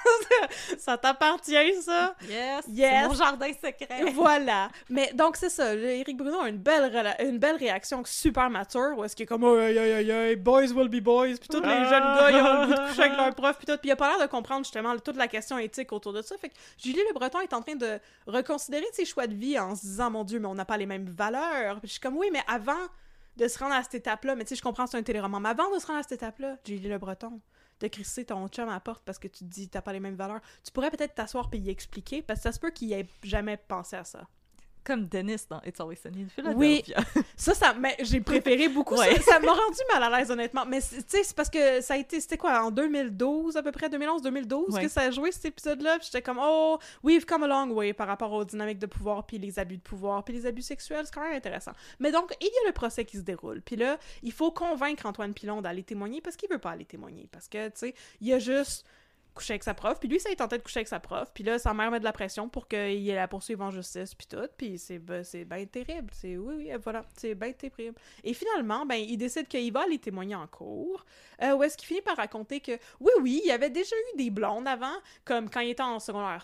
Ça t'appartient, ça? Yes! Yes. C'est mon jardin secret! Voilà! Mais donc, c'est ça. Éric Bruno a une belle réaction super mature, où est-ce qu'il est comme « Oh, boys will be boys », puis tous les jeunes gars, ils ont le goût de coucher avec leur prof, puis tout. Puis il a pas l'air de comprendre, justement, toute la question éthique autour de ça. Fait que Julie Le Breton est en train de reconsidérer ses choix de vie en se disant « Mon Dieu, mais on n'a pas les mêmes valeurs. » Puis je suis comme « Oui, mais avant de se rendre à cette étape-là, mais tu sais, je comprends, c'est un téléroman, mais avant de se rendre à cette étape-là, Julie Le Breton, de crisser ton chum à la porte parce que tu te dis t'as pas les mêmes valeurs, tu pourrais peut-être t'asseoir et y expliquer, parce que ça se peut qu'il ait jamais pensé à ça. Comme Dennis dans It's Always Sunny in Philadelphia. Oui, mais j'ai préféré beaucoup ouais. Ça m'a rendu mal à l'aise, honnêtement. Mais tu sais, c'est parce que ça a été, c'était quoi, en 2012, à peu près, 2011-2012, ouais. que ça a joué cet épisode-là, puis j'étais comme, oh, we've come a long way par rapport aux dynamiques de pouvoir, puis les abus de pouvoir, puis les abus sexuels, c'est quand même intéressant. Mais donc, il y a le procès qui se déroule, puis là, il faut convaincre Antoine Pilon d'aller témoigner, parce qu'il veut pas aller témoigner, parce que, tu sais, il y a juste... coucher avec sa prof, puis lui, ça, il tentait de coucher avec sa prof, puis là, sa mère met de la pression pour qu'il ait la poursuive en justice, puis tout, puis c'est bien terrible, oui, voilà, c'est bien terrible. Et finalement, ben, il décide qu'il va aller témoigner en cours, où est-ce qu'il finit par raconter que, oui, il y avait déjà eu des blondes avant, comme quand il était en secondaire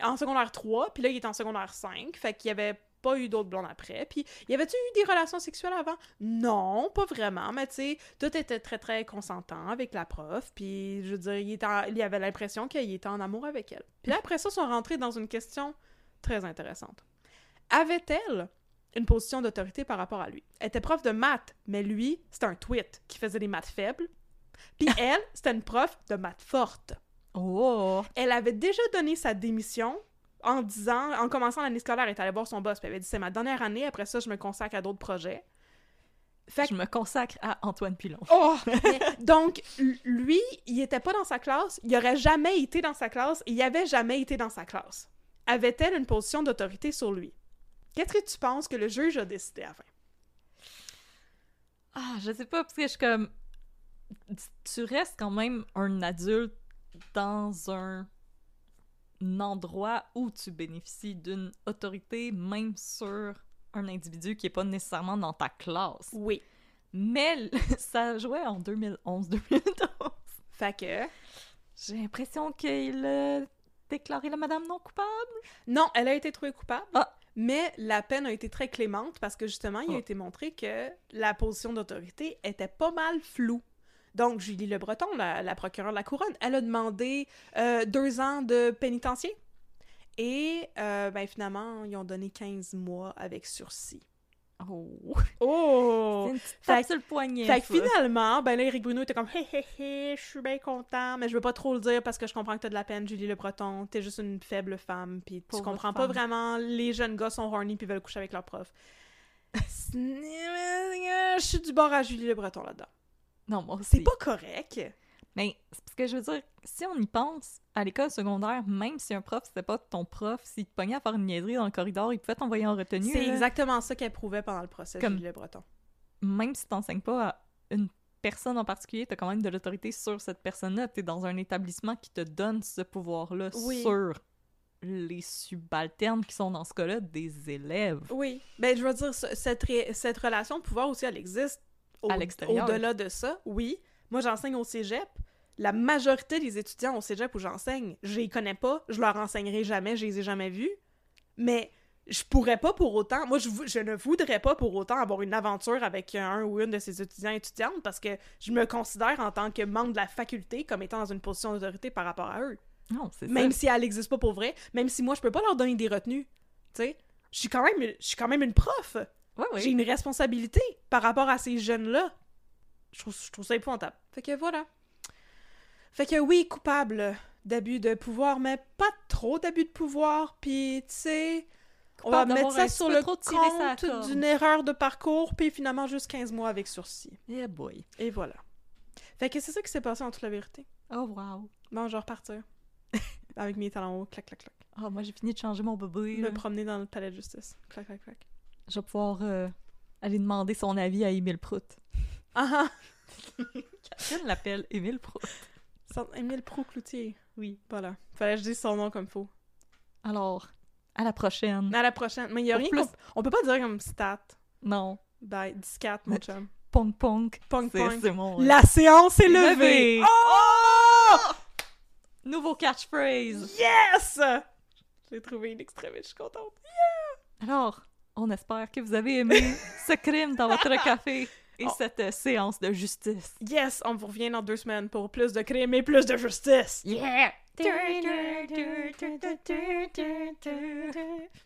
3, puis là, il était en secondaire 5, fait qu'il y avait pas eu d'autres blondes après. Puis, y avait-tu eu des relations sexuelles avant? Non, pas vraiment, mais tu sais, tout était très, très consentant avec la prof, puis je veux dire, il avait l'impression qu'il était en amour avec elle. Puis là, après ça, ils sont rentrés dans une question très intéressante. Avait-elle une position d'autorité par rapport à lui? Elle était prof de maths, mais lui, c'était un twit qui faisait des maths faibles. Puis elle, c'était une prof de maths forte. Oh! Elle avait déjà donné sa démission en commençant l'année scolaire, elle est allée voir son boss, puis elle avait dit « C'est ma dernière année, après ça, je me consacre à d'autres projets. » Je me consacre à Antoine Pilon. Oh! Donc, lui, il était pas dans sa classe, il aurait jamais été dans sa classe, et il avait jamais été dans sa classe. Avait-elle une position d'autorité sur lui? Qu'est-ce que tu penses que le juge a décidé à la fin? Ah, je sais pas, parce que je suis comme... Tu restes quand même un adulte dans un endroit où tu bénéficies d'une autorité, même sur un individu qui est pas nécessairement dans ta classe. Oui. Mais ça jouait en 2011-2012. Fait que... J'ai l'impression qu'il a déclaré la madame non coupable. Non, elle a été trouvée coupable. Ah. Mais la peine a été très clémente parce que justement, il a été montré que la position d'autorité était pas mal floue. Donc, Julie Le Breton, la procureure de la Couronne, elle a demandé 2 ans de pénitencier. Et, finalement, ils ont donné 15 mois avec sursis. Oh! Oh! C'est une petite tape sur le poignet. Fait que finalement, ben là, Éric Bruno était comme « Hé, je suis bien content, mais je veux pas trop le dire parce que je comprends que t'as de la peine, Julie Le Breton. T'es juste une faible femme, puis tu comprends pas vraiment, les jeunes gars sont horny puis veulent coucher avec leur prof. » Je suis du bord à Julie Le Breton là-dedans. Non, moi aussi. C'est pas correct. Mais c'est parce que je veux dire, si on y pense, à l'école secondaire, même si un prof, c'était pas ton prof, s'il te pognait à faire une niaiserie dans le corridor, il pouvait t'envoyer en retenue. C'est là. exactement ça qu'elle prouvait pendant le procès, Comme- Julie Le Breton. Même si t'enseignes pas à une personne en particulier, t'as quand même de l'autorité sur cette personne-là. T'es dans un établissement qui te donne ce pouvoir-là Oui. sur les subalternes qui sont dans ce cas-là des élèves. Oui. Ben, je veux dire, cette relation de pouvoir aussi, elle existe À l'extérieur. Au-delà de ça, oui. Moi, j'enseigne au cégep. La majorité des étudiants au cégep où j'enseigne, je les connais pas, je leur enseignerai jamais, je les ai jamais vus. Mais je pourrais pas pour autant... Moi, je ne voudrais pas pour autant avoir une aventure avec un ou une de ces étudiants et étudiantes parce que je me considère en tant que membre de la faculté comme étant dans une position d'autorité par rapport à eux. Non, c'est Même ça. si elle n'existe pas pour vrai, même si moi, je peux pas leur donner des retenues. Tu sais, je suis quand même une prof. Ouais, J'ai oui. une responsabilité par rapport à ces jeunes-là. Je trouve ça épouvantable. Fait que voilà. Fait que oui, coupable d'abus de pouvoir, mais pas trop d'abus de pouvoir. Puis, tu sais, on va Coupable mettre d'avoir ça un sur petit peu le trop tiré sa compte corde. d'une erreur de parcours, puis finalement juste 15 mois avec sursis. Yeah boy. Et voilà. Fait que c'est ça qui s'est passé en toute la vérité. Oh wow. Bon, je vais repartir. Avec mes talons hauts, clac, clac, clac. Ah, moi j'ai fini de changer mon bébé. Me là. promener dans le palais de justice. Clac, clac, clac. Je vais pouvoir aller demander son avis à Émile Prout. Ah Catherine l'appelle Émile Prout. ah! Émile Proulx-Cloutier. Oui. Voilà. Fallait que je dise son nom comme faut. Alors, à la prochaine. À la prochaine. Mais il y a Pour rien plus- on peut pas dire comme stat. Non. Bye. 10-4, mon chum. Pong pong. Pong C'est- pong. C'est mon... La séance est levée! Levée. Oh! Nouveau catchphrase. Yes! J'ai trouvé une extrait, mais je suis contente. Alors, on espère que vous avez aimé ce crime dans votre café et Oh. cette séance de justice. Yes! On vous revient dans 2 semaines pour plus de crime et plus de justice! Yeah!